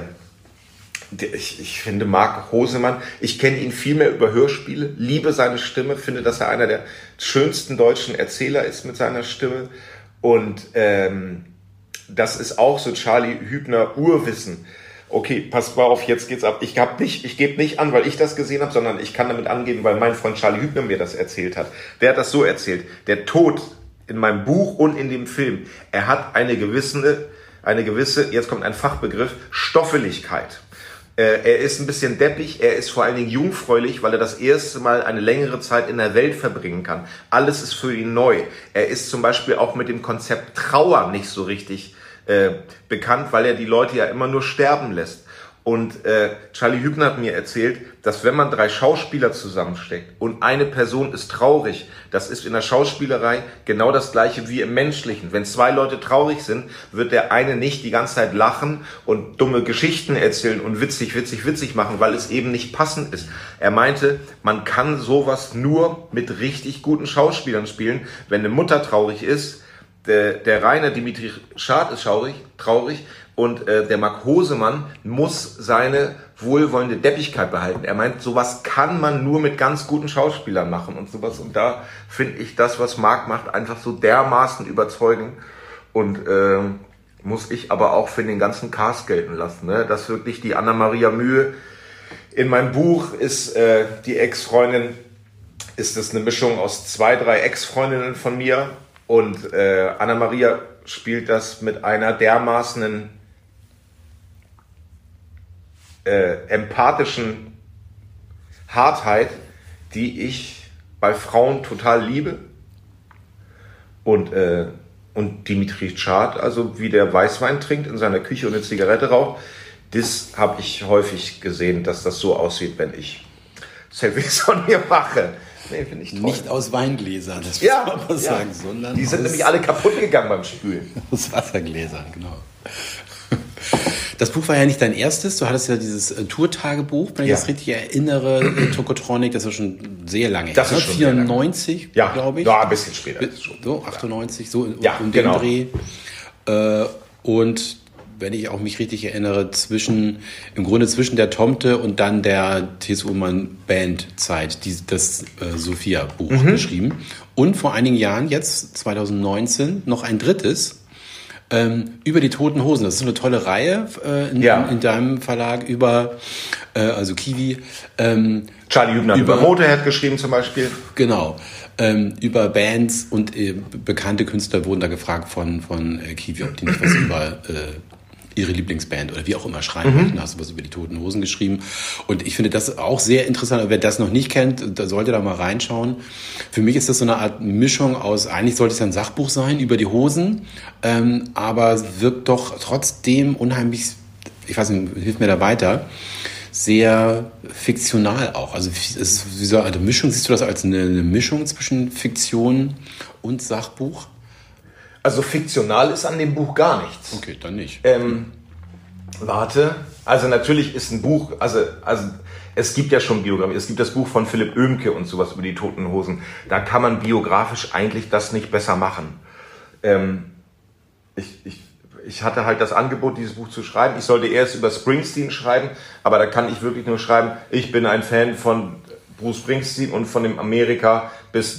ich finde Marc Hosemann, ich kenne ihn viel mehr über Hörspiele, liebe seine Stimme, finde, dass er einer der schönsten deutschen Erzähler ist mit seiner Stimme und das ist auch so Charlie Hübner Urwissen. Okay, pass mal auf, jetzt geht's ab. Ich gebe nicht an, weil ich das gesehen habe, sondern ich kann damit angeben, weil mein Freund Charlie Hübner mir das erzählt hat. Der hat das so erzählt. Der Tod in meinem Buch und in dem Film, er hat eine gewisse, jetzt kommt ein Fachbegriff, Stoffeligkeit. Er ist ein bisschen deppig, er ist vor allen Dingen jungfräulich, weil er das erste Mal eine längere Zeit in der Welt verbringen kann. Alles ist für ihn neu. Er ist zum Beispiel auch mit dem Konzept Trauer nicht so richtig bekannt, weil er die Leute ja immer nur sterben lässt. Und Charlie Hübner hat mir erzählt, dass wenn man 3 Schauspieler zusammensteckt und eine Person ist traurig, das ist in der Schauspielerei genau das Gleiche wie im Menschlichen. Wenn 2 Leute traurig sind, wird der eine nicht die ganze Zeit lachen und dumme Geschichten erzählen und witzig machen, weil es eben nicht passend ist. Er meinte, man kann sowas nur mit richtig guten Schauspielern spielen. Wenn eine Mutter traurig ist, der reine Dimitri Schad ist traurig und der Marc Hosemann muss seine wohlwollende Deppigkeit behalten. Er meint, sowas kann man nur mit ganz guten Schauspielern machen und sowas. Und da finde ich das, was Marc macht, einfach so dermaßen überzeugend und muss ich aber auch für den ganzen Cast gelten lassen. Ne? Dass wirklich die Anna-Maria Mühe in meinem Buch ist die Ex-Freundin, ist es eine Mischung aus 2, 3 Ex-Freundinnen von mir. Und Anna-Maria spielt das mit einer dermaßen empathischen Hartheit, die ich bei Frauen total liebe. Und Dimitri Schad, also wie der Weißwein trinkt in seiner Küche und eine Zigarette raucht, das habe ich häufig gesehen, dass das so aussieht, wenn ich Selfies von mir mache. Nee, finde ich toll. Nicht aus Weingläsern, das muss man aber sagen, sondern die sind nämlich alle kaputt gegangen beim Spülen. Aus Wassergläsern, genau. Das Buch war ja nicht dein erstes, du hattest ja dieses Tour-Tagebuch, wenn ich das richtig erinnere, Tokotronic, das ist schon sehr lange her. Das ist schon 94, glaube ich. Ja, ein bisschen später. So, 98, so ja, um genau. den Dreh. Und wenn ich auch mich richtig erinnere, im Grunde zwischen der Tomte und dann der T.S. Ullmann Bandzeit, das Sophia-Buch geschrieben. Und vor einigen Jahren, jetzt 2019, noch ein drittes, über die Toten Hosen. Das ist so eine tolle Reihe in deinem Verlag über, also Kiwi. Charlie Hübner über Motorhead geschrieben zum Beispiel. Genau. Über Bands und bekannte Künstler wurden da gefragt von Kiwi, ob die nicht was über ihre Lieblingsband oder wie auch immer schreiben möchten. Da hast du was über die Toten Hosen geschrieben. Und ich finde das auch sehr interessant. Wer das noch nicht kennt, da sollte da mal reinschauen. Für mich ist das so eine Art Mischung aus, eigentlich sollte es ja ein Sachbuch sein über die Hosen, aber es wirkt doch trotzdem unheimlich, ich weiß nicht, hilft mir da weiter, sehr fiktional auch. Also es ist wie so eine Mischung. Siehst du das als eine Mischung zwischen Fiktion und Sachbuch? Also fiktional ist an dem Buch gar nichts. Okay, dann nicht. Warte, also natürlich ist ein Buch, also es gibt ja schon Biografie, es gibt das Buch von Philipp Oehmke und sowas über die Toten Hosen. Da kann man biografisch eigentlich das nicht besser machen. Ich hatte halt das Angebot, dieses Buch zu schreiben. Ich sollte erst über Springsteen schreiben, aber da kann ich wirklich nur schreiben, ich bin ein Fan von Bruce Springsteen und von dem Amerika bis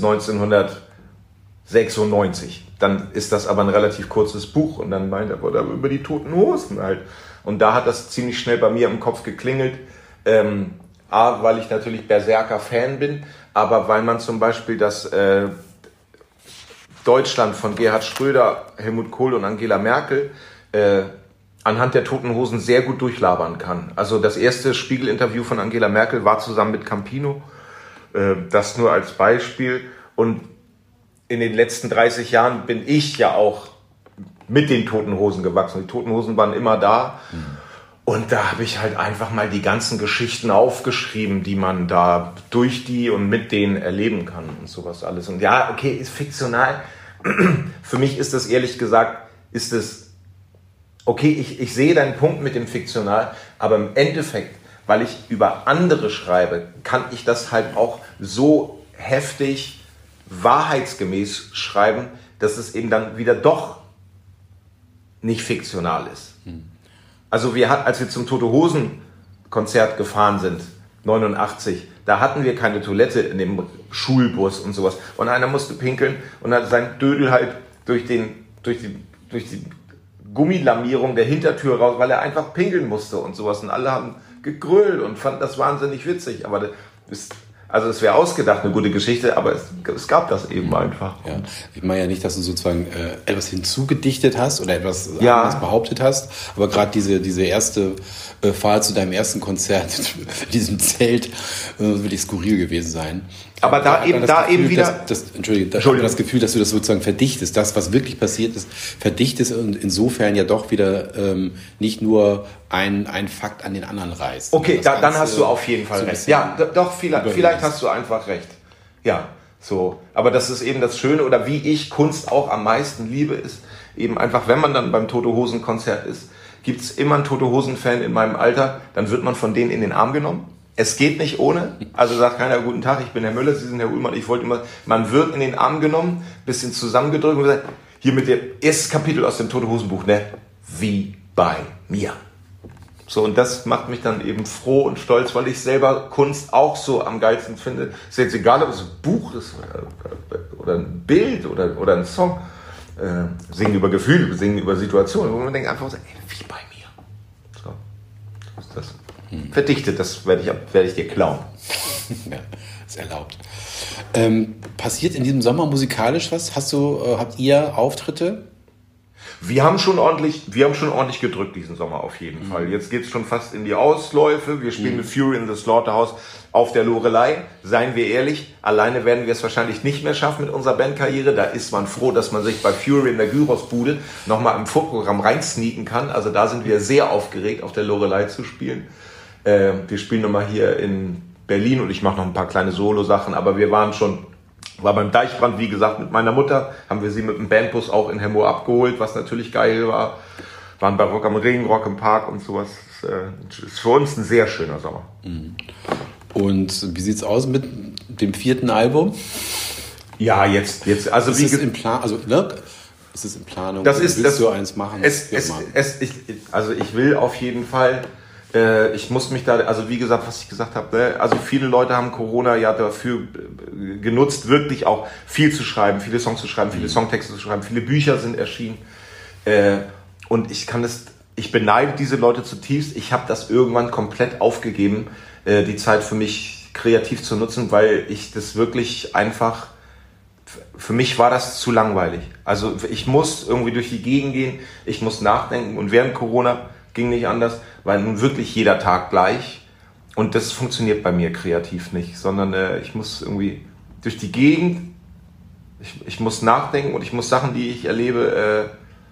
1996. Dann ist das aber ein relativ kurzes Buch und dann meint er, über die Toten Hosen halt. Und da hat das ziemlich schnell bei mir im Kopf geklingelt. Weil ich natürlich Berserker-Fan bin, aber weil man zum Beispiel das Deutschland von Gerhard Schröder, Helmut Kohl und Angela Merkel anhand der Toten Hosen sehr gut durchlabern kann. Also das erste Spiegel-Interview von Angela Merkel war zusammen mit Campino. Das nur als Beispiel. Und in den letzten 30 Jahren bin ich ja auch mit den Toten Hosen gewachsen. Die Toten Hosen waren immer da. Und da habe ich halt einfach mal die ganzen Geschichten aufgeschrieben, die man da durch die und mit denen erleben kann und sowas alles. Und ja, okay, ist fiktional. Für mich ist das ehrlich gesagt, okay, ich sehe deinen Punkt mit dem fiktional, aber im Endeffekt, weil ich über andere schreibe, kann ich das halt auch so heftig wahrheitsgemäß schreiben, dass es eben dann wieder doch nicht fiktional ist. Also als wir zum Tote Hosen Konzert gefahren sind, 89, da hatten wir keine Toilette in dem Schulbus und sowas. Und einer musste pinkeln und hat sein Dödel halt durch die Gummilamierung der Hintertür raus, weil er einfach pinkeln musste und sowas. Und alle haben gegrölt und fanden das wahnsinnig witzig. Aber es wäre ausgedacht, eine gute Geschichte, aber es gab das eben einfach. Ja. Ich meine ja nicht, dass du sozusagen etwas hinzugedichtet hast oder etwas anderes behauptet hast, aber gerade diese erste Fahrt zu deinem ersten Konzert in diesem Zelt wird wirklich skurril gewesen sein. Aber da eben wieder... Entschuldigung, ich habe das Gefühl, dass du das sozusagen verdichtest. Das, was wirklich passiert ist, verdichtest und insofern ja doch wieder nicht nur ein Fakt an den anderen reißt. Okay, dann hast du auf jeden Fall so recht. Ja, doch, vielleicht hast du einfach recht. Ja, so. Aber das ist eben das Schöne, oder wie ich Kunst auch am meisten liebe, ist eben einfach, wenn man dann beim Tote Hosen Konzert ist, gibt es immer einen Tote Hosen Fan in meinem Alter, dann wird man von denen in den Arm genommen. Es geht nicht ohne, also sagt keiner, guten Tag, ich bin Herr Müller, Sie sind Herr Ullmann, man wird in den Arm genommen, bisschen zusammengedrückt und gesagt, hier mit dem ersten Kapitel aus dem Tote Hosen Buch, ne, wie bei mir. So, und das macht mich dann eben froh und stolz, weil ich selber Kunst auch so am geilsten finde. Ist jetzt egal, ob es ein Buch ist oder ein Bild oder ein Song. Singen über Gefühle, singen über Situationen, wo man denkt einfach so, wie bei mir. So, was ist das? Verdichtet, das werde ich dir klauen. Ja, ist erlaubt. Passiert in diesem Sommer musikalisch was? Habt ihr Auftritte? Wir haben schon ordentlich gedrückt diesen Sommer auf jeden Fall. Jetzt geht's schon fast in die Ausläufe. Wir spielen mit Fury in the Slaughterhouse auf der Loreley. Seien wir ehrlich, alleine werden wir es wahrscheinlich nicht mehr schaffen mit unserer Bandkarriere. Da ist man froh, dass man sich bei Fury in der Gyrosbude nochmal im Vorprogramm reinsneaken kann. Also da sind wir sehr aufgeregt, auf der Loreley zu spielen. Wir spielen nochmal hier in Berlin und ich mache noch ein paar kleine Solo-Sachen, aber wir war beim Deichbrand, wie gesagt, mit meiner Mutter, haben wir sie mit dem Bandbus auch in Hemmoor abgeholt, was natürlich geil war. Waren bei Rock am Ring, Rock im Park und sowas. Ist für uns ein sehr schöner Sommer. Und wie sieht's aus mit dem 4. Album? Ja, jetzt also ist es im Plan, also ne? Ist es in Planung? Willst du eins machen? Ich will auf jeden Fall, ich muss mich da, also wie gesagt, was ich gesagt habe, ne? Also viele Leute haben Corona ja dafür genutzt, wirklich auch viel zu schreiben, viele Songs zu schreiben, viele Songtexte zu schreiben, viele Bücher sind erschienen. Und ich beneide diese Leute zutiefst. Ich habe das irgendwann komplett aufgegeben, die Zeit für mich kreativ zu nutzen, weil ich das wirklich einfach, für mich war das zu langweilig. Also ich muss irgendwie durch die Gegend gehen, ich muss nachdenken und während Corona ging nicht anders, weil nun wirklich jeder Tag gleich und das funktioniert bei mir kreativ nicht, sondern ich muss irgendwie durch die Gegend, ich muss nachdenken und ich muss Sachen, die ich erlebe,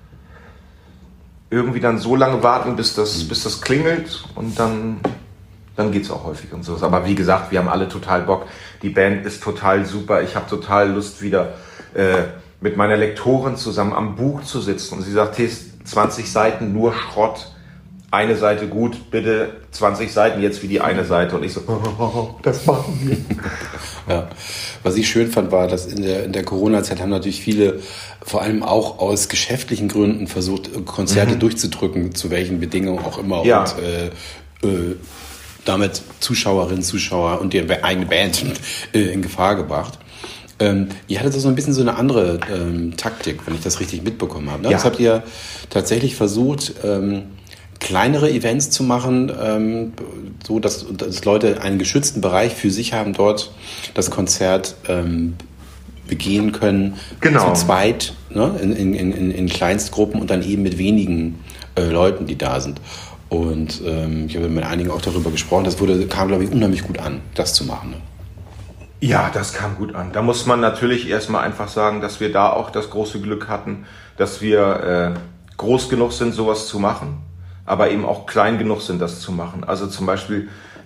irgendwie dann so lange warten, bis das klingelt und dann geht's auch häufig und so. Aber wie gesagt, wir haben alle total Bock. Die Band ist total super. Ich habe total Lust, wieder mit meiner Lektorin zusammen am Buch zu sitzen. Und sie sagt, 20 Seiten, nur Schrott. Eine Seite gut, bitte 20 Seiten, jetzt wie die eine Seite. Und ich so, das machen wir. Ja. Was ich schön fand, war, dass in der Corona-Zeit haben natürlich viele, vor allem auch aus geschäftlichen Gründen, versucht, Konzerte durchzudrücken, zu welchen Bedingungen auch immer. Ja. Und damit Zuschauerinnen, Zuschauer und die eigene Band in Gefahr gebracht. Ihr hattet so ein bisschen so eine andere Taktik, wenn ich das richtig mitbekommen habe. Ne? Ja. Das habt ihr tatsächlich versucht, kleinere Events zu machen, so dass Leute einen geschützten Bereich für sich haben, dort das Konzert begehen können, genau. Zu zweit, ne? in Kleinstgruppen und dann eben mit wenigen Leuten, die da sind. Und ich habe mit einigen auch darüber gesprochen, kam, glaube ich, unheimlich gut an, das zu machen. Ne? Ja, das kam gut an. Da muss man natürlich erstmal einfach sagen, dass wir da auch das große Glück hatten, dass wir groß genug sind, sowas zu machen, aber eben auch klein genug sind, das zu machen. Also zum Beispiel,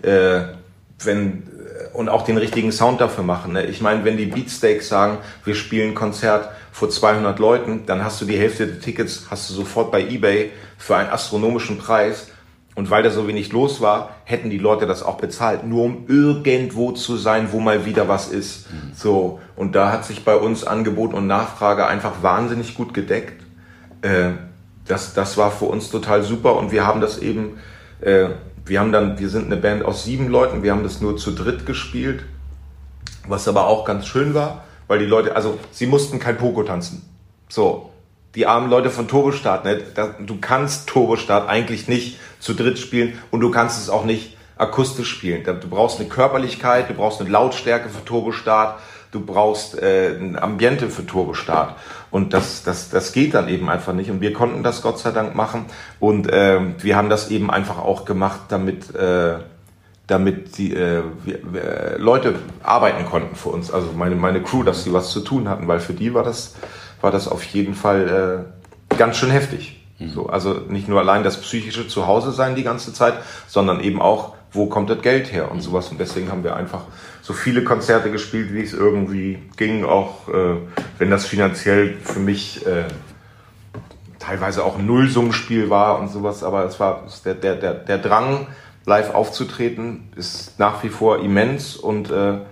und auch den richtigen Sound dafür machen. Ne? Ich meine, wenn die Beatsteaks sagen, wir spielen ein Konzert vor 200 Leuten, dann hast du die Hälfte der Tickets, hast du sofort bei eBay für einen astronomischen Preis. Und weil da so wenig los war, hätten die Leute das auch bezahlt, nur um irgendwo zu sein, wo mal wieder was ist. So. Und da hat sich bei uns Angebot und Nachfrage einfach wahnsinnig gut gedeckt. Das war für uns total super und wir haben das eben, wir sind eine Band aus 7 Leuten, wir haben das nur zu dritt gespielt, was aber auch ganz schön war, weil die Leute, also sie mussten kein Pogo tanzen. So. Die armen Leute von Turbostart, ne? Du kannst Turbostart eigentlich nicht zu dritt spielen und du kannst es auch nicht akustisch spielen. Du brauchst eine Körperlichkeit, du brauchst eine Lautstärke für Turbostart, du brauchst ein Ambiente für Turbostart und das geht dann eben einfach nicht und wir konnten das Gott sei Dank machen und wir haben das eben einfach auch gemacht, damit die Leute arbeiten konnten für uns, also meine Crew, dass sie was zu tun hatten, weil für die war das auf jeden Fall ganz schön heftig. So, also nicht nur allein das psychische Zuhause sein die ganze Zeit, sondern eben auch, wo kommt das Geld her und sowas. Und deswegen haben wir einfach so viele Konzerte gespielt, wie es irgendwie ging, auch wenn das finanziell für mich teilweise auch ein Nullsummenspiel war und sowas. Aber es war der Drang, live aufzutreten, ist nach wie vor immens und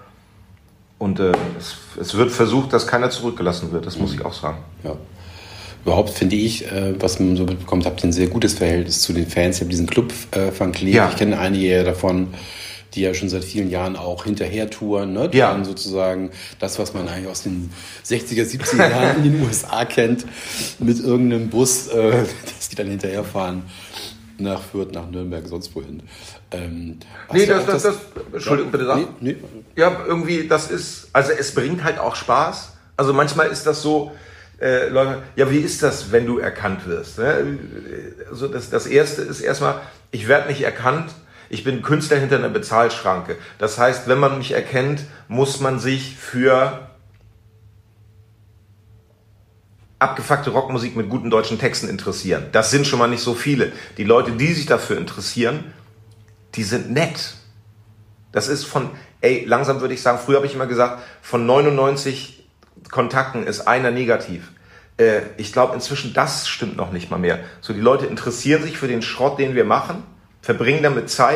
es wird versucht, dass keiner zurückgelassen wird. Das muss ich auch sagen. Ja. Überhaupt finde ich, was man so mitbekommt, habt ihr ein sehr gutes Verhältnis zu den Fans. Ich habe diesen Club Van Cleef. Ja. Ich kenne einige davon, die ja schon seit vielen Jahren auch hinterher touren. Ne? Die dann sozusagen das, was man eigentlich aus den 60er, 70er Jahren in den USA kennt, mit irgendeinem Bus, dass die dann hinterherfahren. Nach Fürth, nach Nürnberg, sonst wohin. Entschuldigung, bitte sag. Nee. Ja, irgendwie, das ist, also es bringt halt auch Spaß. Also manchmal ist das so, Leute, ja, wie ist das, wenn du erkannt wirst? Ne? Also das Erste ist erstmal, ich werde nicht erkannt, ich bin Künstler hinter einer Bezahlschranke. Das heißt, wenn man mich erkennt, muss man sich für abgefuckte Rockmusik mit guten deutschen Texten interessieren. Das sind schon mal nicht so viele. Die Leute, die sich dafür interessieren, die sind nett. Das ist langsam würde ich sagen, früher habe ich immer gesagt, von 99 Kontakten ist einer negativ. Ich glaube inzwischen, das stimmt noch nicht mal mehr. So, die Leute interessieren sich für den Schrott, den wir machen, verbringen damit Zeit,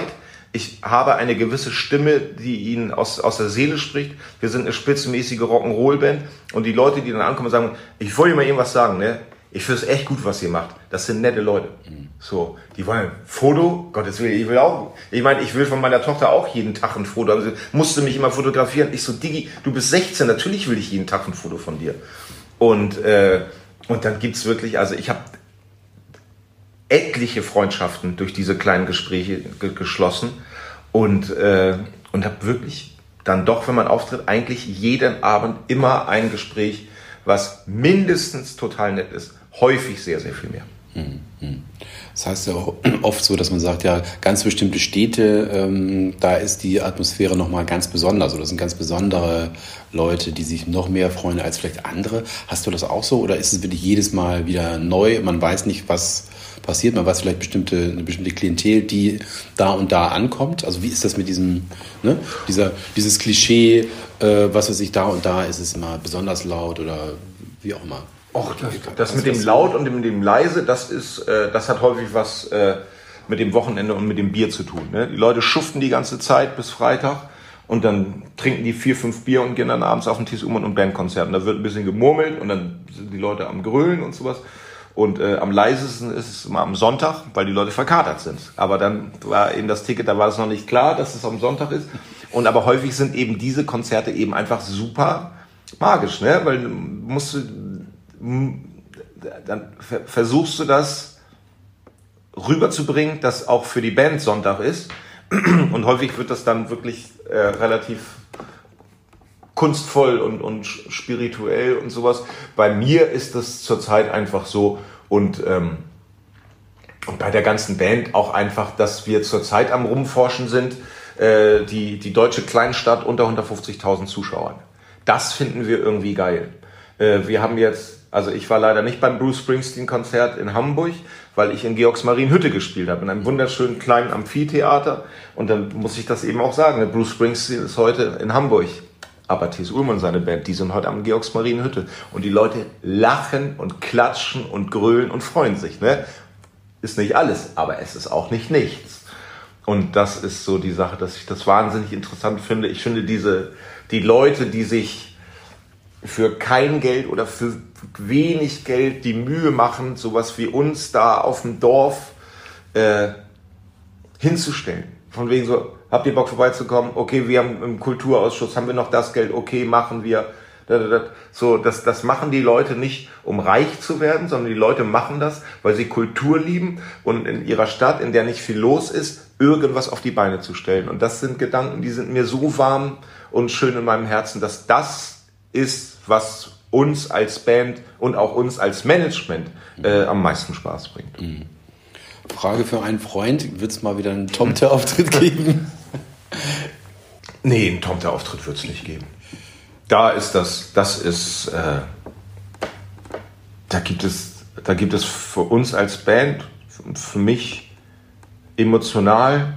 Ich habe eine gewisse Stimme, die ihnen aus der Seele spricht. Wir sind eine spitzenmäßige Rock'n'Roll-Band. Und die Leute, die dann ankommen und sagen, ich wollte dir mal irgendwas sagen, ne? Ich finde es echt gut, was ihr macht. Das sind nette Leute. So, die wollen ein Foto, Gottes Willen, ich will auch. Ich meine, ich will von meiner Tochter auch jeden Tag ein Foto. Also musste mich immer fotografieren. Ich so, Digi, du bist 16, natürlich will ich jeden Tag ein Foto von dir. Und dann gibt's wirklich, also ich habe etliche Freundschaften durch diese kleinen Gespräche geschlossen und habe wirklich dann doch, wenn man auftritt, eigentlich jeden Abend immer ein Gespräch, was mindestens total nett ist, häufig sehr, sehr viel mehr. Das heißt ja auch oft so, dass man sagt, ja, ganz bestimmte Städte, da ist die Atmosphäre nochmal ganz besonders. Oder das sind ganz besondere Leute, die sich noch mehr freuen als vielleicht andere. Hast du das auch so? Oder ist es wirklich jedes Mal wieder neu? Man weiß nicht, was passiert. Man weiß vielleicht eine bestimmte Klientel, die da und da ankommt. Also wie ist das mit diesem, ne? Dieses Klischee, was weiß ich, da und da ist es immer besonders laut oder wie auch immer. Och, das mit dem Laut und mit dem Leise, das hat häufig was mit dem Wochenende und mit dem Bier zu tun. Ne? Die Leute schuften die ganze Zeit bis Freitag und dann trinken die 4-5 Bier und gehen dann abends auf ein T.S. Ullmann und Bandkonzert. Und da wird ein bisschen gemurmelt und dann sind die Leute am Grölen und sowas. Und am leisesten ist es immer am Sonntag, weil die Leute verkatert sind. Aber dann war eben das Ticket, da war es noch nicht klar, dass es am Sonntag ist. Und aber häufig sind eben diese Konzerte eben einfach super magisch, ne? Weil dann versuchst du das rüberzubringen, dass auch für die Band Sonntag ist. Und häufig wird das dann wirklich relativ kunstvoll und spirituell und sowas. Bei mir ist das zurzeit einfach so und bei der ganzen Band auch einfach, dass wir zurzeit am Rumforschen sind, die deutsche Kleinstadt unter 150.000 Zuschauern. Das finden wir irgendwie geil. Wir haben jetzt, also ich war leider nicht beim Bruce Springsteen-Konzert in Hamburg, weil ich in Georgsmarienhütte gespielt habe, in einem wunderschönen kleinen Amphitheater. Und dann muss ich das eben auch sagen, Bruce Springsteen ist heute in Hamburg. Aber T.S. Ullmann, seine Band, die sind heute am Georgsmarienhütte. Und die Leute lachen und klatschen und grölen und freuen sich. Ne? Ist nicht alles, aber es ist auch nicht nichts. Und das ist so die Sache, dass ich das wahnsinnig interessant finde. Ich finde die Leute, die sich für kein Geld oder für wenig Geld die Mühe machen, sowas wie uns da auf dem Dorf hinzustellen. Von wegen so, habt ihr Bock vorbeizukommen? Okay, wir haben im Kulturausschuss, haben wir noch das Geld? Okay, machen wir. So, das machen die Leute nicht, um reich zu werden, sondern die Leute machen das, weil sie Kultur lieben und in ihrer Stadt, in der nicht viel los ist, irgendwas auf die Beine zu stellen. Und das sind Gedanken, die sind mir so warm und schön in meinem Herzen, dass das ist, was uns als Band und auch uns als Management am meisten Spaß bringt. Frage für einen Freund, wird es mal wieder einen Tomte-Auftritt geben? Nee, einen Tomte-Auftritt wird es nicht geben. Da gibt es für uns als Band, für mich emotional,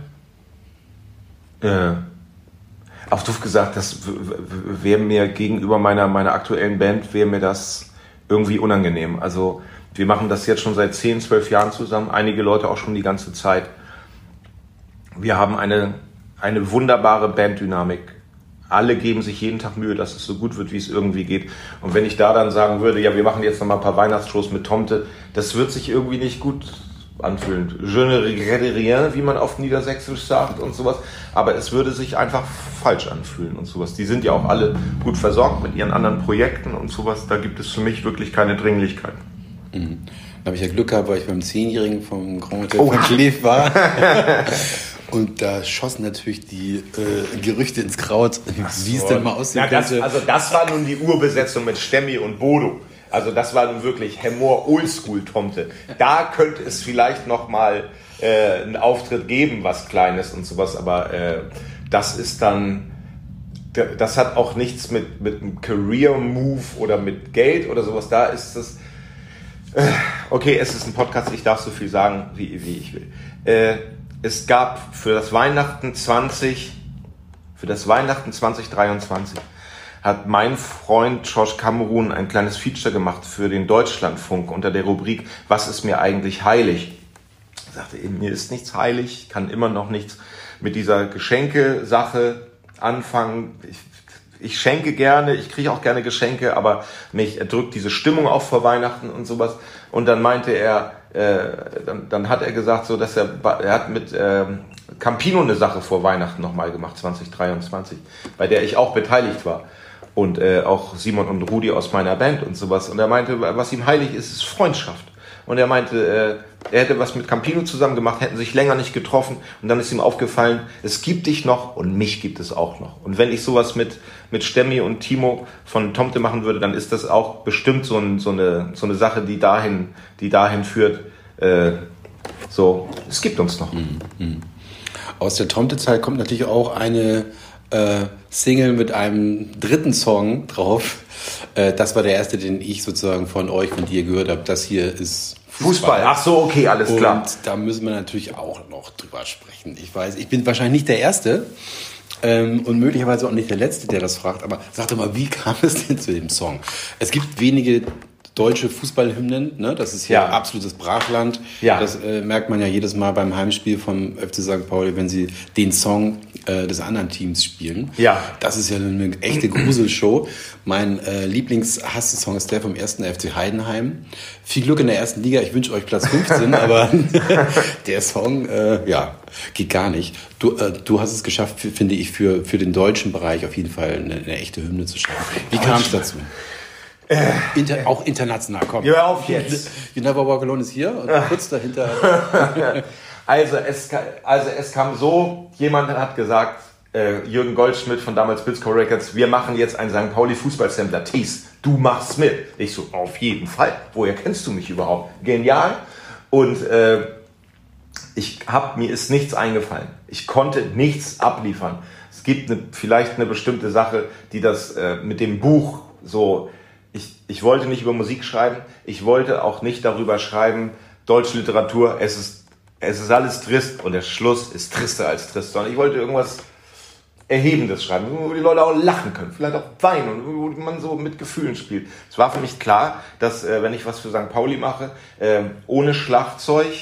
auf doof gesagt, das wäre mir gegenüber meiner aktuellen Band, wäre mir das irgendwie unangenehm. Also wir machen das jetzt schon seit 10, 12 Jahren zusammen, einige Leute auch schon die ganze Zeit. Wir haben eine wunderbare Banddynamik. Alle geben sich jeden Tag Mühe, dass es so gut wird, wie es irgendwie geht. Und wenn ich da dann sagen würde, ja, wir machen jetzt noch mal ein paar Weihnachtsshows mit Tomte, das wird sich irgendwie nicht gut anfühlen. Je ne regrette rien, wie man auf Niedersächsisch sagt und sowas. Aber es würde sich einfach falsch anfühlen und sowas. Die sind ja auch alle gut versorgt mit ihren anderen Projekten und sowas. Da gibt es für mich wirklich keine Dringlichkeit. Da habe ich ja Glück gehabt, weil ich beim 10-Jährigen vom Grand Hotel von Kleef war. Und da schossen natürlich die Gerüchte ins Kraut, wie es denn mal aussehen könnte. Das war nun die Urbesetzung mit Stemmi und Bodo. Also das war nun wirklich Hemmoor Oldschool-Tomte. Da könnte es vielleicht noch mal einen Auftritt geben, was Kleines und sowas. Aber das ist dann, das hat auch nichts mit einem Career-Move oder mit Geld oder sowas. Da ist es, okay, es ist ein Podcast, ich darf so viel sagen, wie ich will. Es gab für das Weihnachten 2023 hat mein Freund George Cameron ein kleines Feature gemacht für den Deutschlandfunk unter der Rubrik Was ist mir eigentlich heilig? Er sagte, mir ist nichts heilig, kann immer noch nichts. mit dieser Geschenke-Sache anfangen. Ich schenke gerne, ich kriege auch gerne Geschenke, aber mich drückt diese Stimmung auch vor Weihnachten und sowas. Und dann meinte er, dann hat er gesagt, so dass er hat mit Campino eine Sache vor Weihnachten nochmal gemacht, 2023, bei der ich auch beteiligt war. Und auch Simon und Rudi aus meiner Band und sowas. Und er meinte, was ihm heilig ist, ist Freundschaft. Und er meinte, er hätte was mit Campino zusammen gemacht, hätten sich länger nicht getroffen. Und dann ist ihm aufgefallen, es gibt dich noch und mich gibt es auch noch. Und wenn ich sowas mit Stemmi und Timo von Tomte machen würde, dann ist das auch bestimmt so eine Sache, die dahin führt. Es gibt uns noch. Aus der Tomte-Zeit kommt natürlich auch eine Single mit einem dritten Song drauf. Das war der erste, den ich sozusagen von dir gehört habe. Das hier ist Fußball. Ach so, okay, alles klar. Und da müssen wir natürlich auch noch drüber sprechen. Ich weiß, ich bin wahrscheinlich nicht der Erste und möglicherweise auch nicht der Letzte, der das fragt. Aber sag doch mal, wie kam es denn zu dem Song? Es gibt wenige deutsche Fußballhymnen, ne? Das ist hier absolutes Brachland. Ja. Das merkt man ja jedes Mal beim Heimspiel vom FC St. Pauli, wenn sie den Song des anderen Teams spielen. Ja. Das ist ja eine echte Gruselshow. Mein Lieblings-Hass-Song ist der vom 1. FC Heidenheim. Viel Glück in der ersten Liga. Ich wünsche euch Platz 15, aber der Song, geht gar nicht. Du hast es geschafft, finde ich, für den deutschen Bereich auf jeden Fall eine echte Hymne zu schaffen. Wie kam es dazu? Auch international, komm. Ja, auf jetzt. You Never Walk Alone ist hier und kurz dahinter. Also es kam so, jemand hat gesagt, Jürgen Goldschmidt von damals Blitzco Records, wir machen jetzt einen St. Pauli Fußballsampler. Thies, du machst mit. Ich so, auf jeden Fall. Woher kennst du mich überhaupt? Genial. Und mir ist nichts eingefallen. Ich konnte nichts abliefern. Es gibt vielleicht eine bestimmte Sache, die das mit dem Buch so... Ich wollte nicht über Musik schreiben, ich wollte auch nicht darüber schreiben, deutsche Literatur, es ist alles trist und der Schluss ist trister als trist, sondern ich wollte irgendwas Erhebendes schreiben, wo die Leute auch lachen können, vielleicht auch weinen und wo man so mit Gefühlen spielt. Es war für mich klar, dass wenn ich was für St. Pauli mache, ohne Schlagzeug,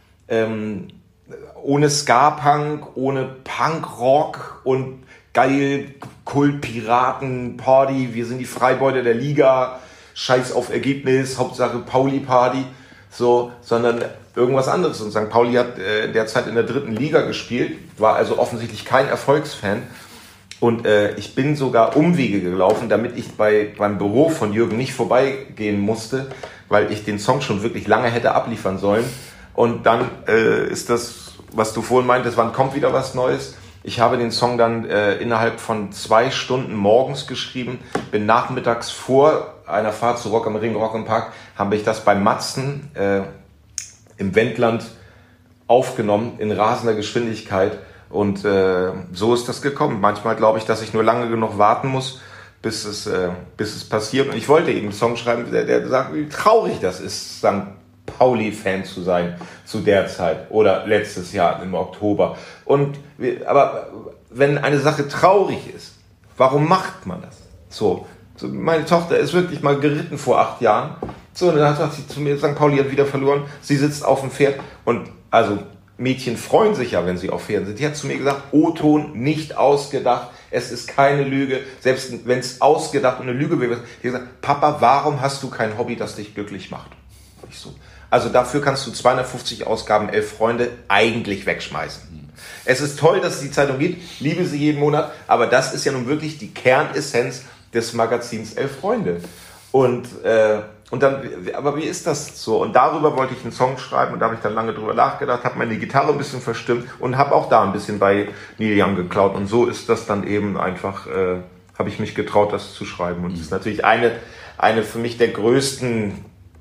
ohne Ska-Punk, ohne Punk-Rock und geil, Kult, Piraten, Party, wir sind die Freibeuter der Liga, Scheiß auf Ergebnis, Hauptsache Pauli-Party, so, sondern irgendwas anderes. Und St. Pauli hat in der Zeit in der 3. Liga gespielt, war also offensichtlich kein Erfolgsfan. Und ich bin sogar Umwege gelaufen, damit ich beim Büro von Jürgen nicht vorbeigehen musste, weil ich den Song schon wirklich lange hätte abliefern sollen. Und dann ist das, was du vorhin meintest, wann kommt wieder was Neues? Ich habe den Song dann innerhalb von 2 Stunden morgens geschrieben, bin nachmittags vor einer Fahrt zu Rock am Ring, Rock im Park, habe ich das bei Matzen im Wendland aufgenommen in rasender Geschwindigkeit und so ist das gekommen. Manchmal glaube ich, dass ich nur lange genug warten muss, bis es passiert. Und ich wollte eben einen Song schreiben, der sagt, wie traurig das ist, St. Pauli-Fan zu sein zu der Zeit oder letztes Jahr im Oktober. Aber wenn eine Sache traurig ist, warum macht man das? So, meine Tochter ist wirklich mal geritten vor 8 Jahren. So, und dann sagt sie zu mir, St. Pauli hat wieder verloren. Sie sitzt auf dem Pferd und also Mädchen freuen sich ja, wenn sie auf Pferden sind. Die hat zu mir gesagt, O-Ton, nicht ausgedacht. Es ist keine Lüge. Selbst wenn es ausgedacht und eine Lüge wäre. Die hat gesagt, Papa, warum hast du kein Hobby, das dich glücklich macht? Ich so. Also dafür kannst du 250 Ausgaben 11 Freunde eigentlich wegschmeißen. Es ist toll, dass es die Zeitung gibt, liebe sie jeden Monat, aber das ist ja nun wirklich die Kernessenz des Magazins 11 Freunde. Und dann, aber wie ist das so? Und darüber wollte ich einen Song schreiben und da habe ich dann lange drüber nachgedacht, habe meine Gitarre ein bisschen verstimmt und habe auch da ein bisschen bei Neil Young geklaut. Und so ist das dann eben einfach, habe ich mich getraut, das zu schreiben. Und es ist natürlich eine für mich der größten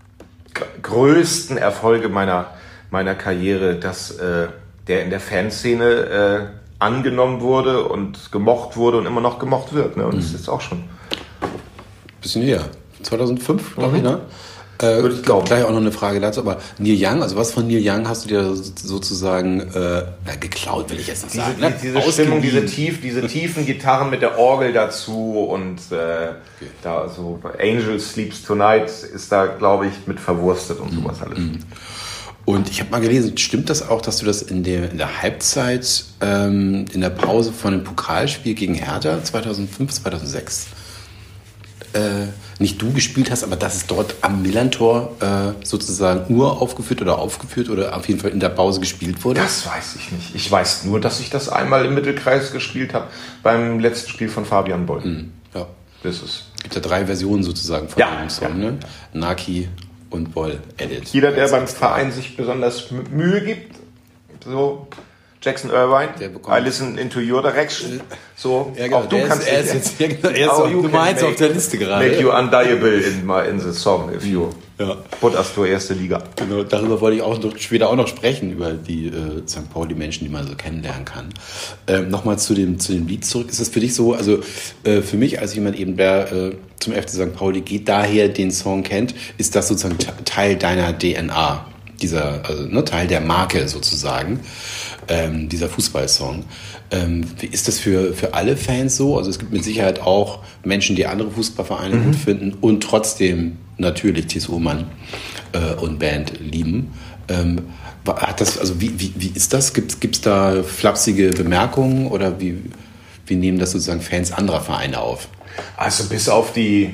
Erfolge meiner Karriere, dass der in der Fanszene angenommen wurde und gemocht wurde und immer noch gemocht wird. Ne? Und das ist jetzt auch schon bisschen näher. 2005, glaube ich, ne? Würde ich glauben. Gleich auch noch eine Frage dazu, aber Neil Young, also was von Neil Young hast du dir sozusagen geklaut, will ich jetzt nicht sagen. Diese Stimmung, diese tiefen Gitarren mit der Orgel dazu und da so Angel Sleeps Tonight ist da, glaube ich, mit verwurstet und sowas alles. Und ich habe mal gelesen, stimmt das auch, dass du das in der Halbzeit, in der Pause von einem Pokalspiel gegen Hertha 2005, 2006, nicht du gespielt hast, aber dass es dort am Millantor sozusagen uraufgeführt oder auf jeden Fall in der Pause gespielt wurde? Das weiß ich nicht. Ich weiß nur, dass ich das einmal im Mittelkreis gespielt habe beim letzten Spiel von Fabian Boll. Ja. Das ist. Es gibt ja 3 Versionen sozusagen von dem Song, ne? Naki und Boll Edit. Jeder, der beim Verein sich besonders Mühe gibt, so Jackson Irvine, I listen into your direction. So, ja, genau. Auch du kannst Nummer 1 auf der Liste gerade. Make you undieable in the song, if you put us to erste Liga. Genau, darüber wollte ich auch später auch noch sprechen, über die St. Pauli-Menschen, die man so kennenlernen kann. Nochmal zu dem Lied zurück. Ist das für dich so, also für mich als jemand eben, der zum FC St. Pauli geht, daher den Song kennt, ist das sozusagen Teil deiner DNA, Teil der Marke sozusagen, dieser Fußballsong. Wie ist das für alle Fans so? Also es gibt mit Sicherheit auch Menschen, die andere Fußballvereine gut finden und trotzdem natürlich TS Ullmann und Band lieben. Wie ist das? Gibt's da flapsige Bemerkungen oder wie nehmen das sozusagen Fans anderer Vereine auf? Also bis auf die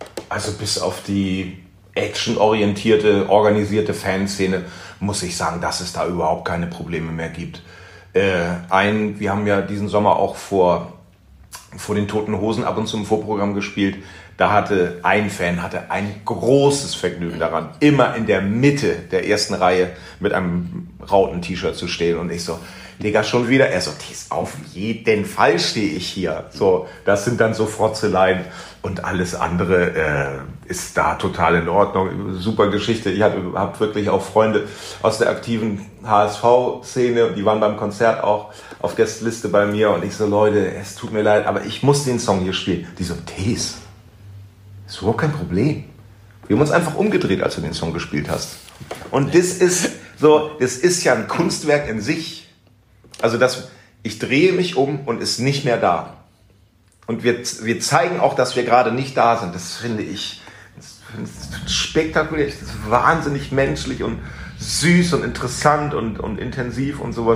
actionorientierte, organisierte Fanszene muss ich sagen, dass es da überhaupt keine Probleme mehr gibt. Wir haben ja diesen Sommer auch vor den Toten Hosen ab und zu im Vorprogramm gespielt. Da hatte ein Fan ein großes Vergnügen daran, immer in der Mitte der ersten Reihe mit einem Rauten-T-Shirt zu stehen. Und ich so, Digga, schon wieder? Er so, auf jeden Fall stehe ich hier. So, das sind dann so Frotzeleien. Und alles andere ist da total in Ordnung. Super Geschichte. Ich habe wirklich auch Freunde aus der aktiven HSV-Szene. Die waren beim Konzert auch auf Gästeliste bei mir. Und ich so, Leute, es tut mir leid, aber ich muss den Song hier spielen. Die so, Tees, ist überhaupt kein Problem. Wir haben uns einfach umgedreht, als du den Song gespielt hast. Und das ist ja ein Kunstwerk in sich. Also ich drehe mich um und ist nicht mehr da. Und wir zeigen auch, dass wir gerade nicht da sind. Das finde ich spektakulär. Das ist wahnsinnig menschlich und süß und interessant und intensiv und sowas.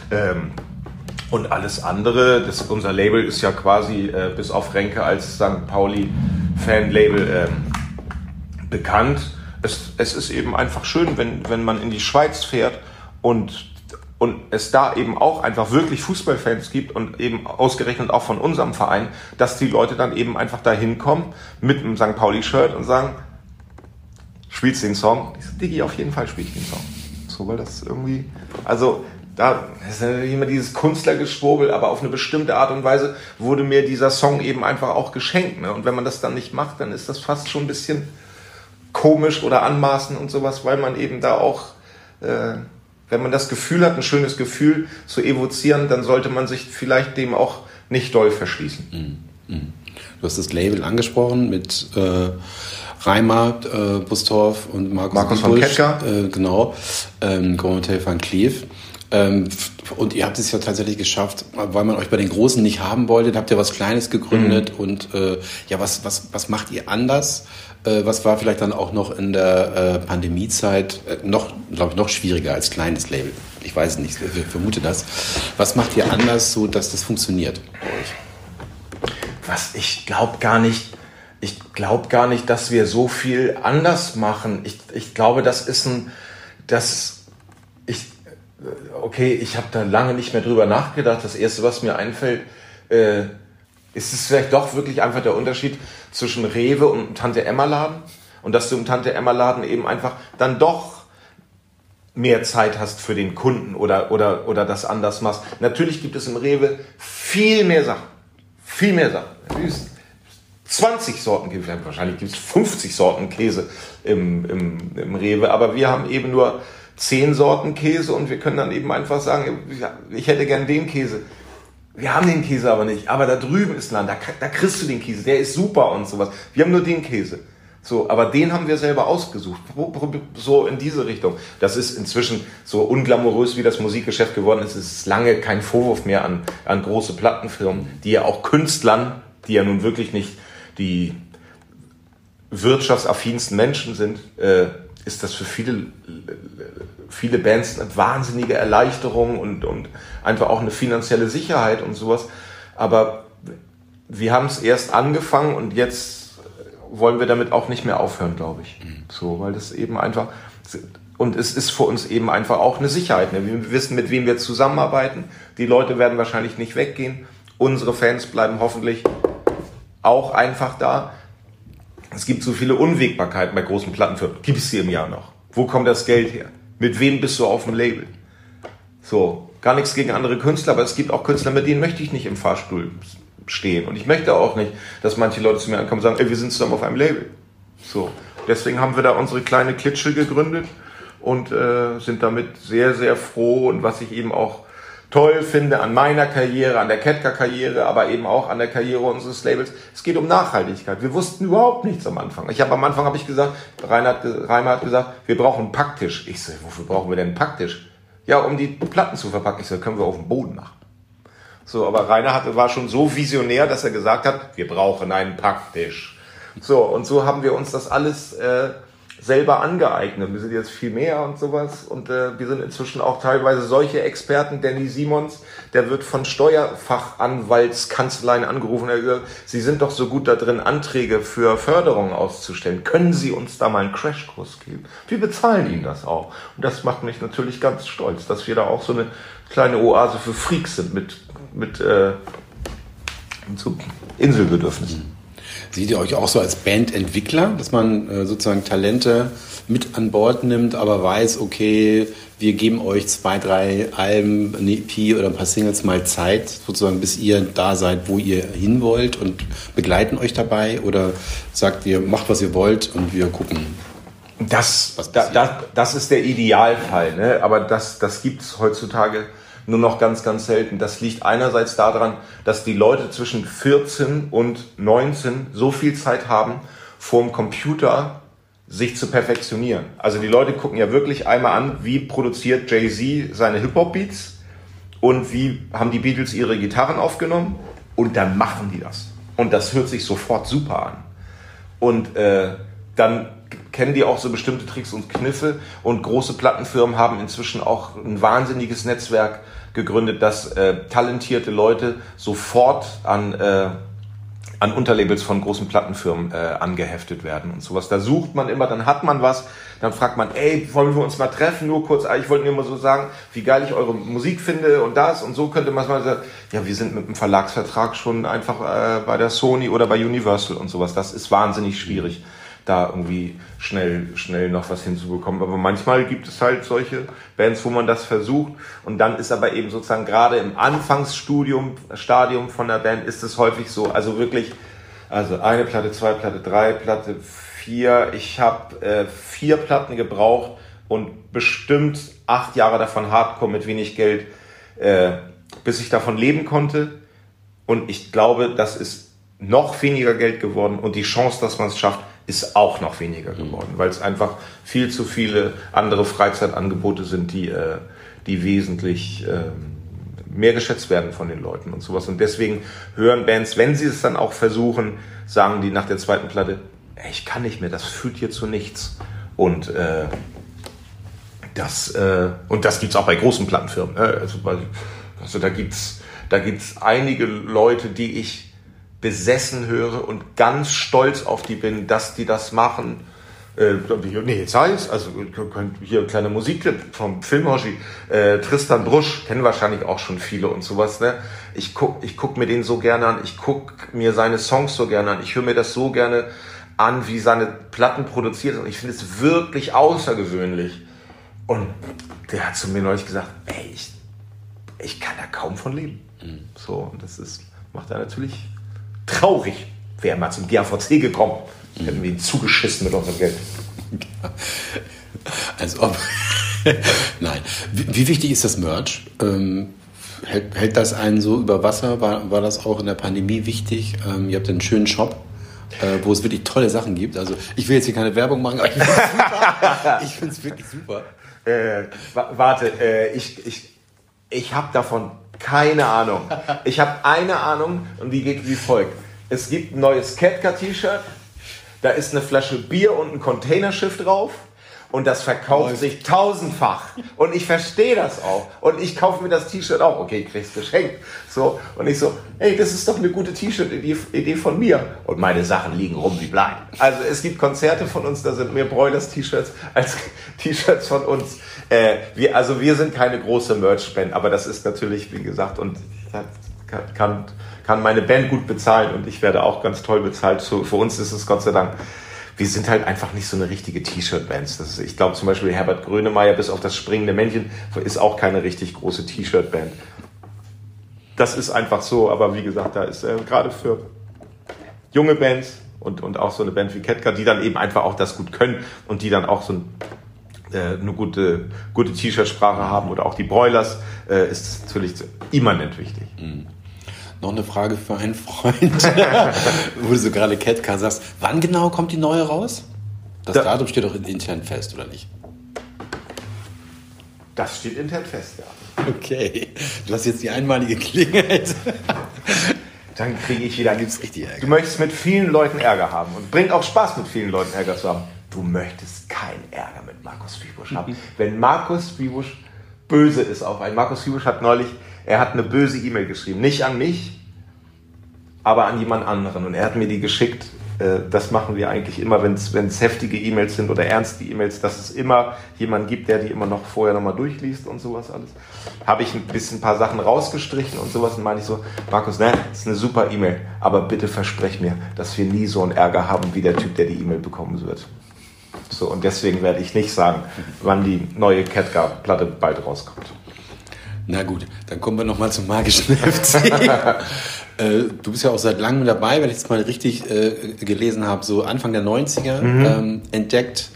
Und alles andere, unser Label ist ja quasi bis auf Renke als St. Pauli-Fan-Label bekannt. Es ist eben einfach schön, wenn man in die Schweiz fährt und es da eben auch einfach wirklich Fußballfans gibt und eben ausgerechnet auch von unserem Verein, dass die Leute dann eben einfach da hinkommen mit einem St. Pauli-Shirt und sagen, spielst du den Song? Ich so, Diggi, auf jeden Fall spiele ich den Song. So, weil das irgendwie, also da ist natürlich immer dieses Künstlergeschwurbel, aber auf eine bestimmte Art und Weise wurde mir dieser Song eben einfach auch geschenkt. Ne? Und wenn man das dann nicht macht, dann ist das fast schon ein bisschen komisch oder anmaßend und sowas, weil man eben da auch... wenn man das Gefühl hat, ein schönes Gefühl zu evozieren, dann sollte man sich vielleicht dem auch nicht doll verschließen. Du hast das Label angesprochen mit Reimer, Bustorff und Markus von Ketka. Genau, Grand Hotel van Cleef. Und ihr habt es ja tatsächlich geschafft, weil man euch bei den Großen nicht haben wollte, habt ihr was Kleines gegründet und was macht ihr anders? Was war vielleicht dann auch noch in der Pandemiezeit noch schwieriger als kleines Label? Ich weiß es nicht, ich vermute das. Was macht ihr anders, so dass das funktioniert bei euch? Ich glaube gar nicht, dass wir so viel anders machen. Ich glaube, ich habe da lange nicht mehr drüber nachgedacht. Das Erste, was mir einfällt, ist es vielleicht doch wirklich einfach der Unterschied zwischen Rewe und Tante-Emma-Laden und dass du im Tante-Emma-Laden eben einfach dann doch mehr Zeit hast für den Kunden oder das anders machst. Natürlich gibt es im Rewe viel mehr Sachen. 20 Sorten Käse, wahrscheinlich gibt es 50 Sorten Käse im Rewe, aber wir haben eben nur 10 Sorten Käse und wir können dann eben einfach sagen, ich hätte gern den Käse. Wir haben den Käse aber nicht, aber da drüben ist Land, da kriegst du den Käse, der ist super und sowas. Wir haben nur den Käse. So, aber den haben wir selber ausgesucht. So in diese Richtung. Das ist inzwischen so unglamourös, wie das Musikgeschäft geworden ist. Es ist lange kein Vorwurf mehr an große Plattenfirmen, die ja auch Künstlern, die ja nun wirklich nicht die wirtschaftsaffinsten Menschen sind, ist das für viele Bands eine wahnsinnige Erleichterung und einfach auch eine finanzielle Sicherheit und sowas. Aber wir haben es erst angefangen und jetzt wollen wir damit auch nicht mehr aufhören, glaube ich. So, weil das eben einfach, und es ist für uns eben einfach auch eine Sicherheit. Ne? Wir wissen, mit wem wir zusammenarbeiten. Die Leute werden wahrscheinlich nicht weggehen. Unsere Fans bleiben hoffentlich auch einfach da. Es gibt so viele Unwägbarkeiten bei großen Plattenfirmen. Gibt es sie im Jahr noch? Wo kommt das Geld her? Mit wem bist du auf dem Label? So, gar nichts gegen andere Künstler, aber es gibt auch Künstler, mit denen möchte ich nicht im Fahrstuhl stehen. Und ich möchte auch nicht, dass manche Leute zu mir ankommen und sagen, ey, wir sind zusammen auf einem Label. So, deswegen haben wir da unsere kleine Klitsche gegründet und sind damit sehr, sehr froh. Und was ich eben auch toll finde an meiner Karriere, an der Ketka-Karriere, aber eben auch an der Karriere unseres Labels, es geht um Nachhaltigkeit. Wir wussten überhaupt nichts am Anfang. Am Anfang habe ich gesagt, Reimer hat gesagt, wir brauchen einen Packtisch. Ich so, wofür brauchen wir denn einen Packtisch? Ja, um die Platten zu verpacken. Ich so, können wir auf dem Boden machen. So, aber Rainer war schon so visionär, dass er gesagt hat, wir brauchen einen Packtisch. So, und so haben wir uns das alles selber angeeignet. Wir sind jetzt viel mehr und sowas und wir sind inzwischen auch teilweise solche Experten. Danny Simons, der wird von Steuerfachanwaltskanzleien angerufen. Sie sind doch so gut da drin, Anträge für Förderungen auszustellen. Können Sie uns da mal einen Crashkurs geben? Wir bezahlen Ihnen das auch. Und das macht mich natürlich ganz stolz, dass wir da auch so eine kleine Oase für Freaks sind mit so Inselbedürfnissen. Seht ihr euch auch so als Bandentwickler, dass man sozusagen Talente mit an Bord nimmt, aber weiß, okay, wir geben euch 2, 3 Alben, eine EP oder ein paar Singles mal Zeit, sozusagen bis ihr da seid, wo ihr hin wollt und begleiten euch dabei? Oder sagt ihr, macht was ihr wollt und wir gucken? Das ist der Idealfall, ne? Aber das gibt's heutzutage nur noch ganz, ganz selten. Das liegt einerseits daran, dass die Leute zwischen 14 und 19 so viel Zeit haben, vorm Computer sich zu perfektionieren. Also die Leute gucken ja wirklich einmal an, wie produziert Jay-Z seine Hip-Hop-Beats und wie haben die Beatles ihre Gitarren aufgenommen und dann machen die das. Und das hört sich sofort super an. Und dann kennen die auch so bestimmte Tricks und Kniffe und große Plattenfirmen haben inzwischen auch ein wahnsinniges Netzwerk gegründet, dass talentierte Leute sofort an Unterlabels von großen Plattenfirmen angeheftet werden und sowas. Da sucht man immer, dann hat man was, dann fragt man, ey, wollen wir uns mal treffen, nur kurz, ich wollte nur mal so sagen, wie geil ich eure Musik finde und das und so könnte man mal sagen, ja, wir sind mit einem Verlagsvertrag schon einfach bei der Sony oder bei Universal und sowas. Das ist wahnsinnig schwierig, da irgendwie schnell noch was hinzubekommen. Aber manchmal gibt es halt solche Bands, wo man das versucht und dann ist aber eben sozusagen gerade im Anfangsstadium von der Band ist es häufig so, also wirklich, also 1 Platte, 2 Platte, 3 Platte, 4, ich habe 4 Platten gebraucht und bestimmt 8 Jahre davon Hardcore mit wenig Geld, bis ich davon leben konnte und ich glaube, das ist noch weniger Geld geworden und die Chance, dass man es schafft, ist auch noch weniger geworden, weil es einfach viel zu viele andere Freizeitangebote sind, die wesentlich mehr geschätzt werden von den Leuten und sowas. Und deswegen hören Bands, wenn sie es dann auch versuchen, sagen die nach der 2. Platte, ey, ich kann nicht mehr, das führt hier zu nichts. Und das gibt's auch bei großen Plattenfirmen. Also da gibt's einige Leute, die ich besessen höre und ganz stolz auf die bin, dass die das machen. Jetzt heißt, also hier ein kleiner Musikclip vom Filmhoshi, Tristan Brusch, kennen wahrscheinlich auch schon viele und sowas. Ne? Ich guck mir den so gerne an, ich guck mir seine Songs so gerne an, ich höre mir das so gerne an, wie seine Platten produziert sind. Ich finde es wirklich außergewöhnlich. Und der hat zu mir neulich gesagt, ey, ich kann da kaum von leben. So, und macht er natürlich traurig. Wäre mal zum GAVC gekommen, hätten wir ihn zugeschissen mit unserem Geld. Als ob. Nein. Wie wichtig ist das Merch? Hält das einen so über Wasser? War das auch in der Pandemie wichtig? Ihr habt einen schönen Shop, wo es wirklich tolle Sachen gibt. Also ich will jetzt hier keine Werbung machen, aber ich finde es wirklich super. Warte, ich habe davon keine Ahnung. Ich habe eine Ahnung und die geht wie folgt. Es gibt ein neues Ketka-T-Shirt, da ist eine Flasche Bier und ein Containerschiff drauf Und das verkauft sich 1000-fach. Und ich verstehe das auch. Und ich kaufe mir das T-Shirt auch. Okay, ich krieg's geschenkt. So. Und ich so, ey, das ist doch eine gute T-Shirt-Idee von mir. Und meine Sachen liegen rum wie Blei. Also es gibt Konzerte von uns, da sind mehr Broilers-T-Shirts als T-Shirts von uns. Wir sind keine große Merch-Band, aber das ist natürlich, wie gesagt, und kann meine Band gut bezahlen und ich werde auch ganz toll bezahlt. Für uns ist es Gott sei Dank, wir sind halt einfach nicht so eine richtige T-Shirt-Band. Ich glaube zum Beispiel Herbert Grönemeyer bis auf das springende Männchen ist auch keine richtig große T-Shirt-Band. Das ist einfach so, aber wie gesagt, da ist gerade für junge Bands und auch so eine Band wie Ketka, die dann eben einfach auch das gut können und die dann auch so eine gute T-Shirt-Sprache haben oder auch die Broilers, ist natürlich immanent wichtig. Mhm. Noch eine Frage für einen Freund, wo du so gerade Ketka sagst. Wann genau kommt die neue raus? Das Datum steht doch intern fest, oder nicht? Das steht intern fest, ja. Okay, du hast jetzt die einmalige Gelegenheit. Dann kriege ich wieder... Gibt's richtig Ärger. Du möchtest mit vielen Leuten Ärger haben und bringt auch Spaß, mit vielen Leuten Ärger zu haben. Du möchtest keinen Ärger mit Markus Wiebusch haben. Wenn Markus Wiebusch böse ist auf einen. Markus Wiebusch hat neulich... Er hat eine böse E-Mail geschrieben. Nicht an mich, aber an jemand anderen. Und er hat mir die geschickt. Das machen wir eigentlich immer, wenn es heftige E-Mails sind oder ernste E-Mails, dass es immer jemanden gibt, der die immer noch vorher nochmal durchliest und sowas alles. Habe ich ein paar Sachen rausgestrichen und sowas. Und meine ich so, Markus, das ist eine super E-Mail, aber bitte versprech mir, dass wir nie so einen Ärger haben wie der Typ, der die E-Mail bekommen wird. So, und deswegen werde ich nicht sagen, wann die neue Ketka-Platte bald rauskommt. Na gut, dann kommen wir nochmal zum magischen FC. Du bist ja auch seit langem dabei, wenn ich es mal richtig gelesen habe, so Anfang der 90er entdeckt.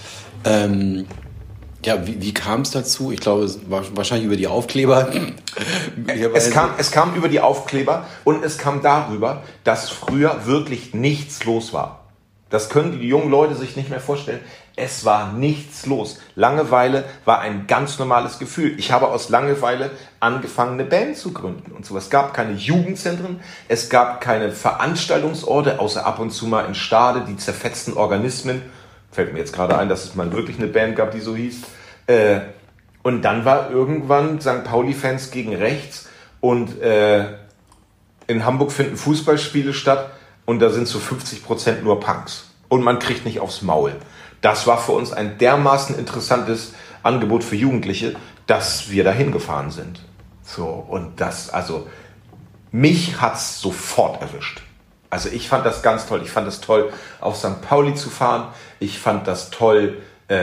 Wie kam es dazu? Ich glaube, es war wahrscheinlich über die Aufkleber. Es kam über die Aufkleber und es kam darüber, dass früher wirklich nichts los war. Das können die jungen Leute sich nicht mehr vorstellen. Es war nichts los. Langeweile war ein ganz normales Gefühl. Ich habe aus Langeweile angefangen, eine Band zu gründen und so. Es gab keine Jugendzentren, es gab keine Veranstaltungsorte, außer ab und zu mal in Stade, die zerfetzten Organismen. Fällt mir jetzt gerade ein, dass es mal wirklich eine Band gab, die so hieß. Und dann war irgendwann St. Pauli-Fans gegen rechts und in Hamburg finden Fußballspiele statt und da sind so 50% nur Punks. Und man kriegt nicht aufs Maul. Das war für uns ein dermaßen interessantes Angebot für Jugendliche, dass wir dahin gefahren sind. So, und mich hat's sofort erwischt. Also ich fand das ganz toll. Ich fand es toll, auf St. Pauli zu fahren. Ich fand das toll,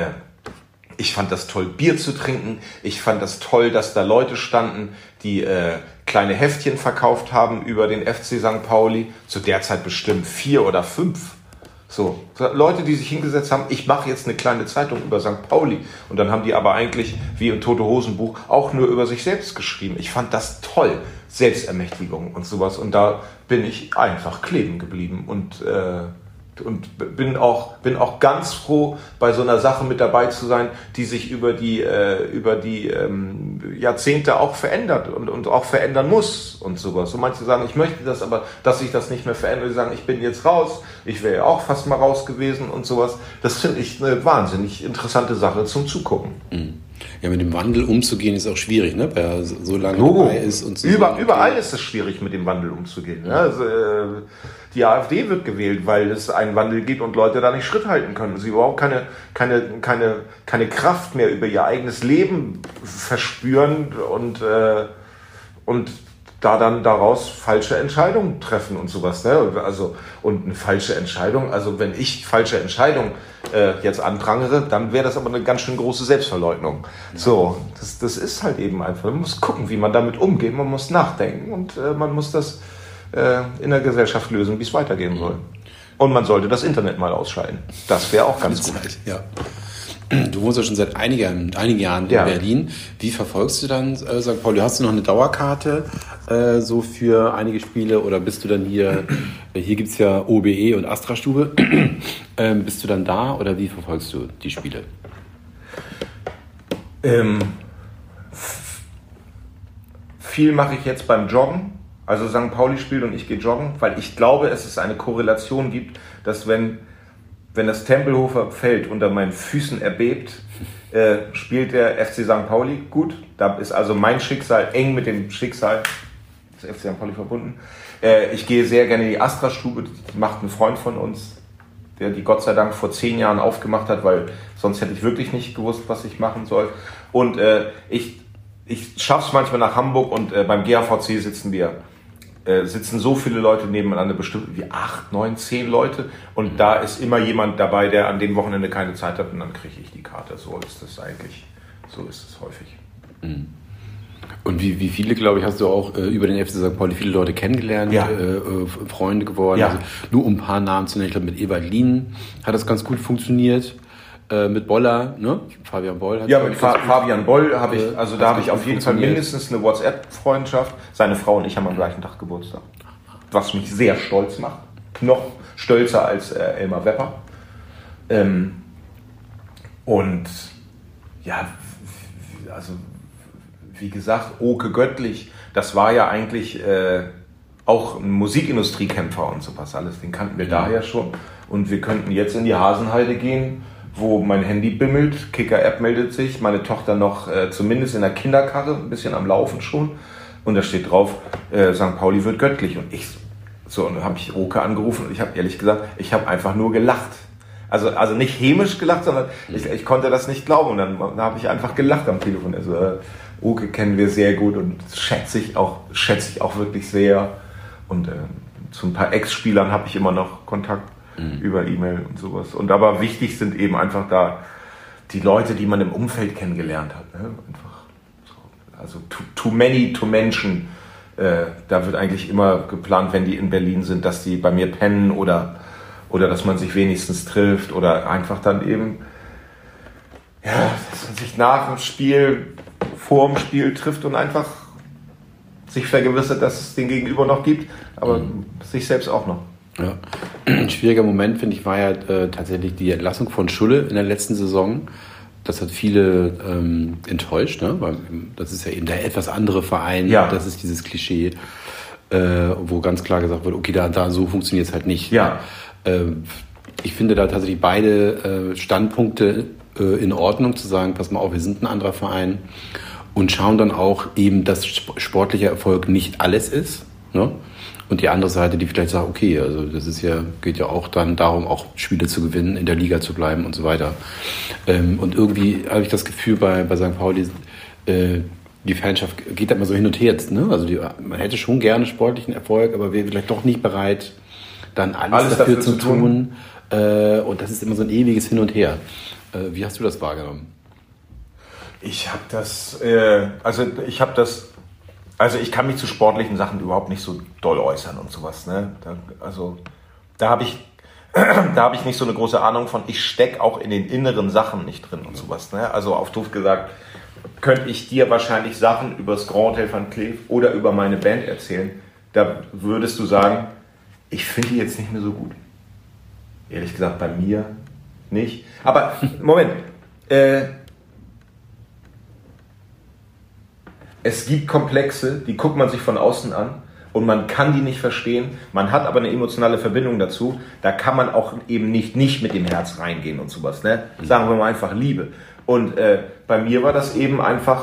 Bier zu trinken. Ich fand das toll, dass da Leute standen, die kleine Heftchen verkauft haben über den FC St. Pauli. Zu der Zeit bestimmt 4 oder 5. So, Leute, die sich hingesetzt haben, ich mache jetzt eine kleine Zeitung über St. Pauli. Und dann haben die aber eigentlich, wie im Tote-Hosen-Buch, auch nur über sich selbst geschrieben. Ich fand das toll, Selbstermächtigung und sowas. Und da bin ich einfach kleben geblieben und bin auch ganz froh, bei so einer Sache mit dabei zu sein, die sich über die Jahrzehnte auch verändert und auch verändern muss und sowas. Und manche sagen, ich möchte das, aber dass sich das nicht mehr verändert. Die sagen, ich bin jetzt raus, ich wäre ja auch fast mal raus gewesen und sowas. Das finde ich eine wahnsinnig interessante Sache zum Zugucken. Ja, mit dem Wandel umzugehen ist auch schwierig, ne? Weil er so lange dabei ist und so. Überall ist es schwierig, mit dem Wandel umzugehen. Ja. Also, die AfD wird gewählt, weil es einen Wandel gibt und Leute da nicht Schritt halten können. Sie überhaupt keine Kraft mehr über ihr eigenes Leben verspüren und da dann daraus falsche Entscheidungen treffen und sowas. Ne? Also, und eine falsche Entscheidung, also wenn ich falsche Entscheidungen jetzt anprangere, dann wäre das aber eine ganz schön große Selbstverleugnung. Ja. So, das ist halt eben einfach. Man muss gucken, wie man damit umgeht, man muss nachdenken und man muss das in der Gesellschaft lösen, wie es weitergehen soll. Und man sollte das Internet mal ausschalten. Das wäre auch ganz gut. Ja. Du wohnst ja schon seit einigen Jahren in Berlin. Wie verfolgst du dann St. Pauli? Hast du noch eine Dauerkarte so für einige Spiele oder bist du dann hier gibt es ja OBE und Astra-Stube, bist du dann da oder wie verfolgst du die Spiele? Viel mache ich jetzt beim Joggen. Also St. Pauli spielt und ich gehe joggen, weil ich glaube, es ist eine Korrelation gibt, dass wenn wenn das Tempelhofer Feld unter meinen Füßen erbebt, spielt der FC St. Pauli gut. Da ist also mein Schicksal eng mit dem Schicksal des FC St. Pauli verbunden. Ich gehe sehr gerne in die Astra-Stube, die macht ein Freund von uns, der die Gott sei Dank vor 10 Jahren aufgemacht hat, weil sonst hätte ich wirklich nicht gewusst, was ich machen soll. Und ich schaff's manchmal nach Hamburg und beim GAVC sitzen so viele Leute nebeneinander, bestimmt wie 8, 9, 10 Leute. Und da ist immer jemand dabei, der an dem Wochenende keine Zeit hat und dann kriege ich die Karte. So ist es eigentlich. So ist es häufig. Und wie viele, glaube ich, hast du auch über den FC St. Pauli viele Leute kennengelernt, Freunde geworden? Ja. Also, nur um ein paar Namen zu nennen. Ich glaube, mit Ewald Lien hat das ganz gut funktioniert. Mit Boller, ne? Fabian Boll. Ja, mit Fabian Boll habe ich, also da habe ich auf jeden Fall mindestens eine WhatsApp-Freundschaft. Seine Frau und ich haben am gleichen Tag Geburtstag. Was mich sehr stolz macht. Noch stolzer als Elmar Wepper. Und ja, also wie gesagt, Oke Göttlich, das war ja eigentlich auch ein Musikindustriekämpfer und sowas alles. Den kannten wir daher schon. Und wir könnten jetzt in die Hasenheide gehen, wo mein Handy bimmelt, Kicker-App meldet sich, meine Tochter noch zumindest in der Kinderkarre, ein bisschen am Laufen schon. Und da steht drauf, St. Pauli wird göttlich. Und und dann habe ich Oke angerufen und ich habe ehrlich gesagt, ich habe einfach nur gelacht. Also nicht hämisch gelacht, sondern ich konnte das nicht glauben. Und dann habe ich einfach gelacht am Telefon. Also Oke kennen wir sehr gut und schätze ich auch wirklich sehr. Und zu ein paar Ex-Spielern habe ich immer noch Kontakt über E-Mail und sowas. Und aber wichtig sind eben einfach da die Leute, die man im Umfeld kennengelernt hat. Ne? Einfach so. Also too many to mention. Da wird eigentlich immer geplant, wenn die in Berlin sind, dass die bei mir pennen oder dass man sich wenigstens trifft oder einfach dann eben, ja, dass man sich nach dem Spiel, vor dem Spiel trifft und einfach sich vergewissert, dass es den Gegenüber noch gibt, aber sich selbst auch noch. Ja. Ein schwieriger Moment, finde ich, war ja tatsächlich die Entlassung von Schulle in der letzten Saison. Das hat viele enttäuscht, ne? Weil das ist ja eben der etwas andere Verein. Ja. Das ist dieses Klischee, wo ganz klar gesagt wird, okay, da so funktioniert es halt nicht. Ja. Ich finde da tatsächlich beide Standpunkte in Ordnung, zu sagen, pass mal auf, wir sind ein anderer Verein und schauen dann auch eben, dass sportlicher Erfolg nicht alles ist, ne? Und die andere Seite, die vielleicht sagt, okay, also das ist geht ja auch dann darum, auch Spiele zu gewinnen, in der Liga zu bleiben und so weiter. Und irgendwie habe ich das Gefühl bei St. Pauli, die Fanschaft geht da immer so hin und her jetzt, ne? Also man hätte schon gerne sportlichen Erfolg, aber wäre vielleicht doch nicht bereit, dann alles dafür zu tun. Und das ist immer so ein ewiges Hin und Her. Wie hast du das wahrgenommen? Ich kann mich zu sportlichen Sachen überhaupt nicht so doll äußern und sowas. Ne? Da habe ich nicht so eine große Ahnung von. Ich stecke auch in den inneren Sachen nicht drin und sowas. Ne? Also auf doof gesagt, könnte ich dir wahrscheinlich Sachen über das Grand Hotel van Cleef oder über meine Band erzählen. Da würdest du sagen, ich finde die jetzt nicht mehr so gut. Ehrlich gesagt, bei mir nicht. Aber Moment. Es gibt Komplexe, die guckt man sich von außen an und man kann die nicht verstehen. Man hat aber eine emotionale Verbindung dazu. Da kann man auch eben nicht mit dem Herz reingehen und sowas. Ne? Sagen wir mal einfach Liebe. Und bei mir war das eben einfach,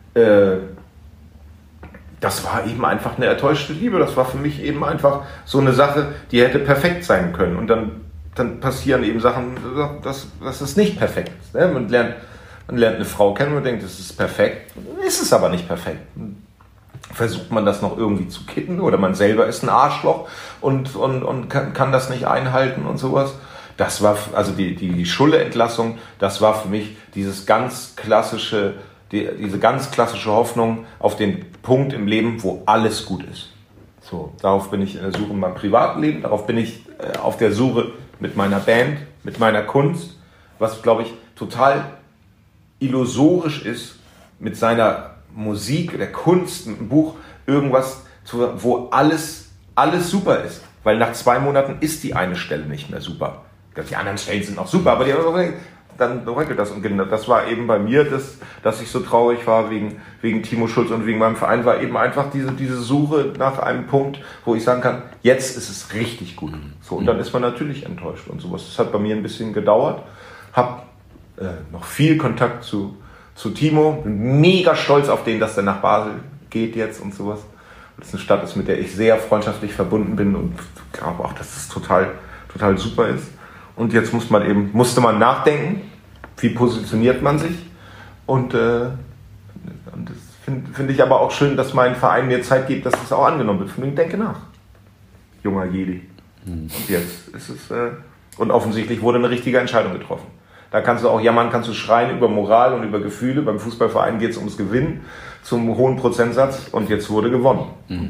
das war eben einfach eine enttäuschte Liebe. Das war für mich eben einfach so eine Sache, die hätte perfekt sein können. Und dann passieren eben Sachen, dass es nicht perfekt ist. Ne? Man lernt eine Frau kennen und denkt, das ist perfekt. Ist es aber nicht perfekt. Versucht man das noch irgendwie zu kitten oder man selber ist ein Arschloch und kann das nicht einhalten und sowas. Das war, also die Schulle-Entlassung, das war für mich diese ganz klassische Hoffnung auf den Punkt im Leben, wo alles gut ist. So, darauf bin ich in der Suche in meinem Privatleben, darauf bin ich auf der Suche mit meiner Band, mit meiner Kunst, was, glaube ich, total illusorisch ist, mit seiner Musik, der Kunst, mit dem Buch, irgendwas, wo alles super ist. Weil nach 2 Monaten ist die eine Stelle nicht mehr super. Die anderen Stellen sind auch super, aber dann bröckelt das. Und das war eben bei mir, dass ich so traurig war wegen Timo Schulz und wegen meinem Verein, war eben einfach diese Suche nach einem Punkt, wo ich sagen kann, jetzt ist es richtig gut. So, und dann ist man natürlich enttäuscht und sowas. Das hat bei mir ein bisschen gedauert. Hab noch viel Kontakt zu Timo. Bin mega stolz auf den, dass der nach Basel geht jetzt und sowas. Das eine Stadt ist, mit der ich sehr freundschaftlich verbunden bin und glaube auch, dass es total super ist. Und jetzt musste man nachdenken, wie positioniert man sich. Und das finde ich aber auch schön, dass mein Verein mir Zeit gibt, dass das auch angenommen wird. Von dem denke nach, junger Jedi. Und jetzt ist es, und offensichtlich wurde eine richtige Entscheidung getroffen. Da kannst du auch jammern, kannst du schreien über Moral und über Gefühle. Beim Fußballverein geht es ums Gewinnen zum hohen Prozentsatz und jetzt wurde gewonnen.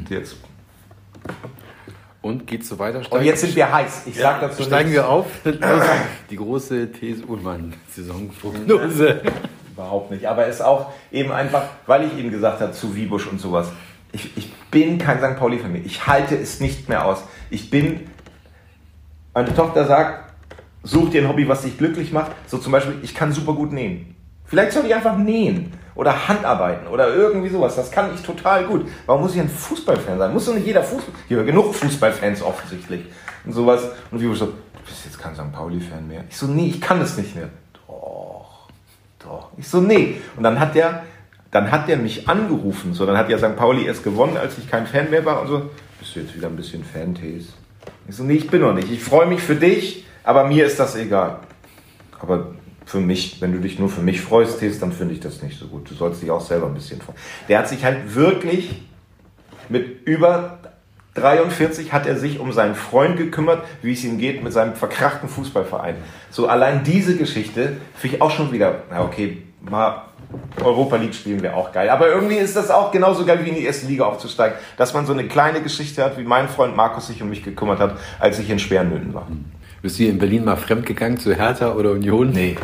Und geht's so weiter? Und jetzt sind wir heiß. Ich sag dazu steigen wir auf. Die große TS Ullmann-Saisonprognose. Überhaupt nicht. Aber es ist auch eben einfach, weil ich eben gesagt habe, zu Wiebusch und sowas. Ich bin kein St. Pauli-Fan mehr. Ich halte es nicht mehr aus. Meine Tochter sagt, such dir ein Hobby, was dich glücklich macht. So zum Beispiel, ich kann super gut nähen. Vielleicht soll ich einfach nähen oder Handarbeiten oder irgendwie sowas. Das kann ich total gut. Warum muss ich ein Fußballfan sein? Muss doch nicht jeder Hier genug Fußballfans offensichtlich und sowas. Und wie so, du bist jetzt kein St. Pauli-Fan mehr. Ich so, nee, ich kann es nicht mehr. Doch. Ich so, nee. Und dann hat der mich angerufen. So, dann hat ja St. Pauli erst gewonnen, als ich kein Fan mehr war. Und so, bist du jetzt wieder ein bisschen Fan-Tees? Ich so, nee, ich bin noch nicht. Ich freue mich für dich, aber mir ist das egal. Aber für mich, wenn du dich nur für mich freust, dann finde ich das nicht so gut. Du sollst dich auch selber ein bisschen freuen. Der hat sich halt wirklich mit über 43 hat er sich um seinen Freund gekümmert, wie es ihm geht mit seinem verkrachten Fußballverein. So allein diese Geschichte finde ich auch schon wieder, na okay, mal Europa League spielen wäre auch geil. Aber irgendwie ist das auch genauso geil, wie in die erste Liga aufzusteigen, dass man so eine kleine Geschichte hat, wie mein Freund Markus sich um mich gekümmert hat, als ich in schweren Nöten war. Bist du hier in Berlin mal fremdgegangen zu Hertha oder Union? Nee,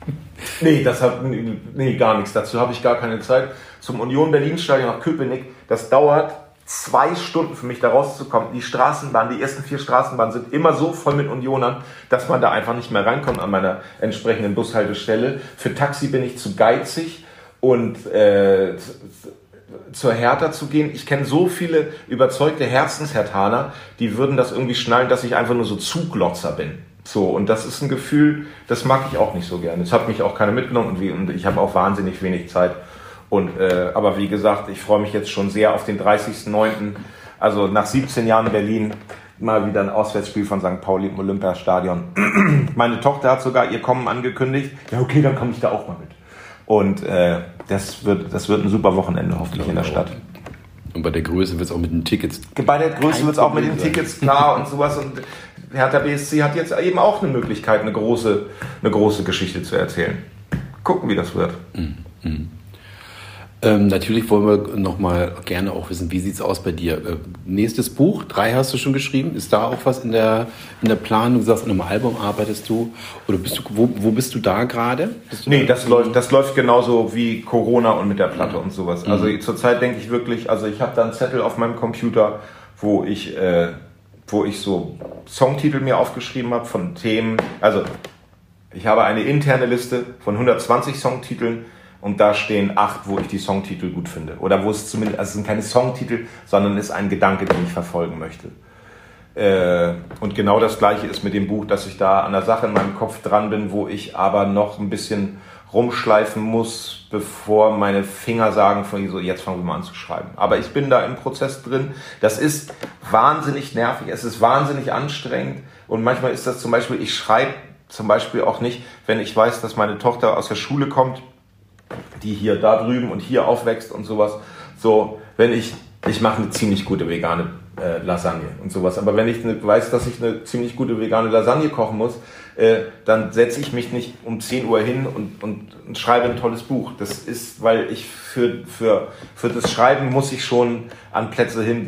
gar nichts. Dazu habe ich gar keine Zeit. Zum Union Berlin-Stadion nach Köpenick, das dauert 2 Stunden für mich da rauszukommen. Die ersten 4 Straßenbahnen sind immer so voll mit Unionern, dass man da einfach nicht mehr reinkommt an meiner entsprechenden Bushaltestelle. Für Taxi bin ich zu geizig und zur Hertha zu gehen. Ich kenne so viele überzeugte Herzensherthaner, die würden das irgendwie schnallen, dass ich einfach nur so Zuglotzer bin. So, und das ist ein Gefühl, das mag ich auch nicht so gerne. Es hat mich auch keiner mitgenommen und ich habe auch wahnsinnig wenig Zeit. Aber wie gesagt, ich freue mich jetzt schon sehr auf den 30.09. Also nach 17 Jahren in Berlin mal wieder ein Auswärtsspiel von St. Pauli im Olympiastadion. Meine Tochter hat sogar ihr Kommen angekündigt. Ja, okay, dann komme ich da auch mal mit. Und das wird ein super Wochenende hoffentlich in der Stadt. Und bei der Größe wird es auch mit den Tickets. Bei der Größe wird es auch mit den Tickets klar und sowas. Und Hertha BSC hat jetzt eben auch eine Möglichkeit, eine große Geschichte zu erzählen. Gucken, wie das wird. Natürlich wollen wir noch mal gerne auch wissen, wie sieht es aus bei dir? Nächstes Buch, 3 hast du schon geschrieben. Ist da auch was in der Planung? Du sagst, an einem Album arbeitest du. Oder wo bist du da gerade? Nee, das läuft genauso wie Corona und mit der Platte und sowas. Also zurzeit denke ich wirklich, also ich habe da einen Zettel auf meinem Computer, wo ich so Songtitel mir aufgeschrieben habe von Themen. Also ich habe eine interne Liste von 120 Songtiteln. Und da stehen 8, wo ich die Songtitel gut finde. Oder wo es zumindest, also es sind keine Songtitel, sondern es ist ein Gedanke, den ich verfolgen möchte. Und genau das Gleiche ist mit dem Buch, dass ich da an der Sache in meinem Kopf dran bin, wo ich aber noch ein bisschen rumschleifen muss, bevor meine Finger sagen, so jetzt fangen wir mal an zu schreiben. Aber ich bin da im Prozess drin. Das ist wahnsinnig nervig, es ist wahnsinnig anstrengend. Und manchmal ist das zum Beispiel, ich schreibe zum Beispiel auch nicht, wenn ich weiß, dass meine Tochter aus der Schule kommt, die hier da drüben und hier aufwächst und sowas. So, ich mache eine ziemlich gute vegane Lasagne und sowas. Aber wenn ich weiß, dass ich eine ziemlich gute vegane Lasagne kochen muss, dann setze ich mich nicht um 10 Uhr hin und schreibe ein tolles Buch. Das ist, weil ich für das Schreiben muss ich schon an Plätze hin,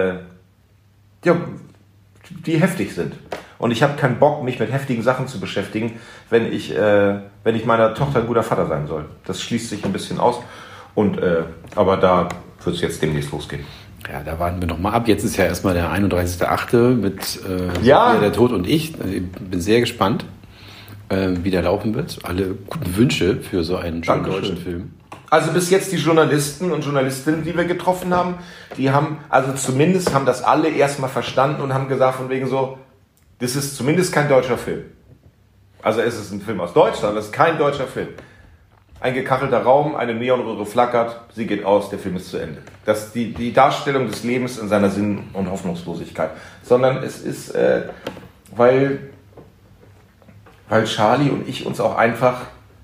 die heftig sind. Und ich habe keinen Bock, mich mit heftigen Sachen zu beschäftigen, wenn ich meiner Tochter ein guter Vater sein soll. Das schließt sich ein bisschen aus. Aber da wird es jetzt demnächst losgehen. Ja, da warten wir noch mal ab. Jetzt ist ja erstmal der 31.8. mit Sophia, der Tod und ich. Ich bin sehr gespannt. wie der laufen wird. Alle guten Wünsche für so einen schönen deutschen Film. Also bis jetzt die Journalisten und Journalistinnen, die wir getroffen haben, die haben, also zumindest haben das alle erstmal verstanden und haben gesagt von wegen so, das ist zumindest kein deutscher Film. Also es ist ein Film aus Deutschland, das ist kein deutscher Film. Ein gekachelter Raum, eine Neonröhre flackert, sie geht aus, der Film ist zu Ende. Das ist die Darstellung des Lebens in seiner Sinn- und Hoffnungslosigkeit. Sondern es ist, weil Charlie und ich uns auch einfach,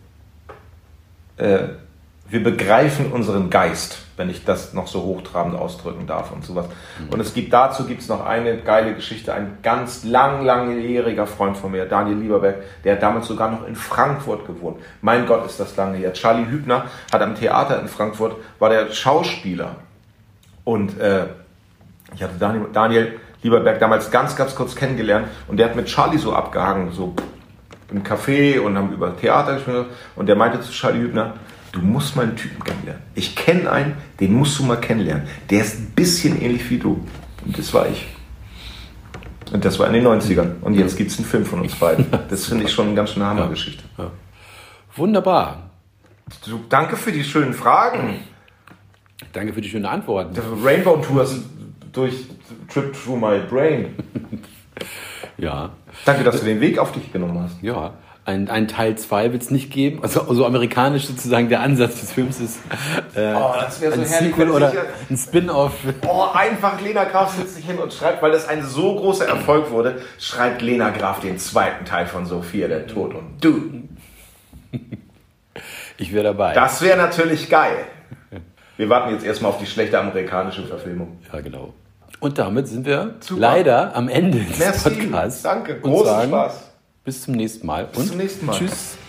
wir begreifen unseren Geist, wenn ich das noch so hochtrabend ausdrücken darf und sowas. Und dazu gibt's noch eine geile Geschichte. Ein ganz langjähriger Freund von mir, Daniel Lieberberg, der hat damals sogar noch in Frankfurt gewohnt. Mein Gott, ist das lange her. Charlie Hübner hat am Theater in Frankfurt, war der Schauspieler. Und ich hatte Daniel Lieberberg damals ganz kurz kennengelernt und der hat mit Charlie so abgehangen, so im Café und haben über Theater gespielt. Und der meinte zu Charlie Hübner, du musst mal einen Typen kennenlernen. Ich kenne einen, den musst du mal kennenlernen. Der ist ein bisschen ähnlich wie du. Und das war ich. Und das war in den 90ern. Und jetzt gibt es einen Film von uns beiden. Das finde ich schon eine ganz schöne Hammergeschichte. Ja. Wunderbar. Danke für die schönen Fragen. Danke für die schönen Antworten. Rainbow Tours durch Trip Through My Brain. Ja. Danke, dass du den Weg auf dich genommen hast. Ja. Ein Teil 2 wird es nicht geben. Also so amerikanisch sozusagen der Ansatz des Films ist das wäre so ein herrlich, Sequel oder ein Spin-off. Einfach Lena Graf setzt sich hin und schreibt, weil das ein so großer Erfolg wurde, schreibt Lena Graf den zweiten Teil von Sophia, der Tod und du. Ich wäre dabei. Das wäre natürlich geil. Wir warten jetzt erstmal auf die schlechte amerikanische Verfilmung. Ja, genau. Und damit sind wir leider am Ende des Podcasts. Danke, großen Spaß. Bis zum nächsten Mal. Bis zum nächsten Mal. Tschüss.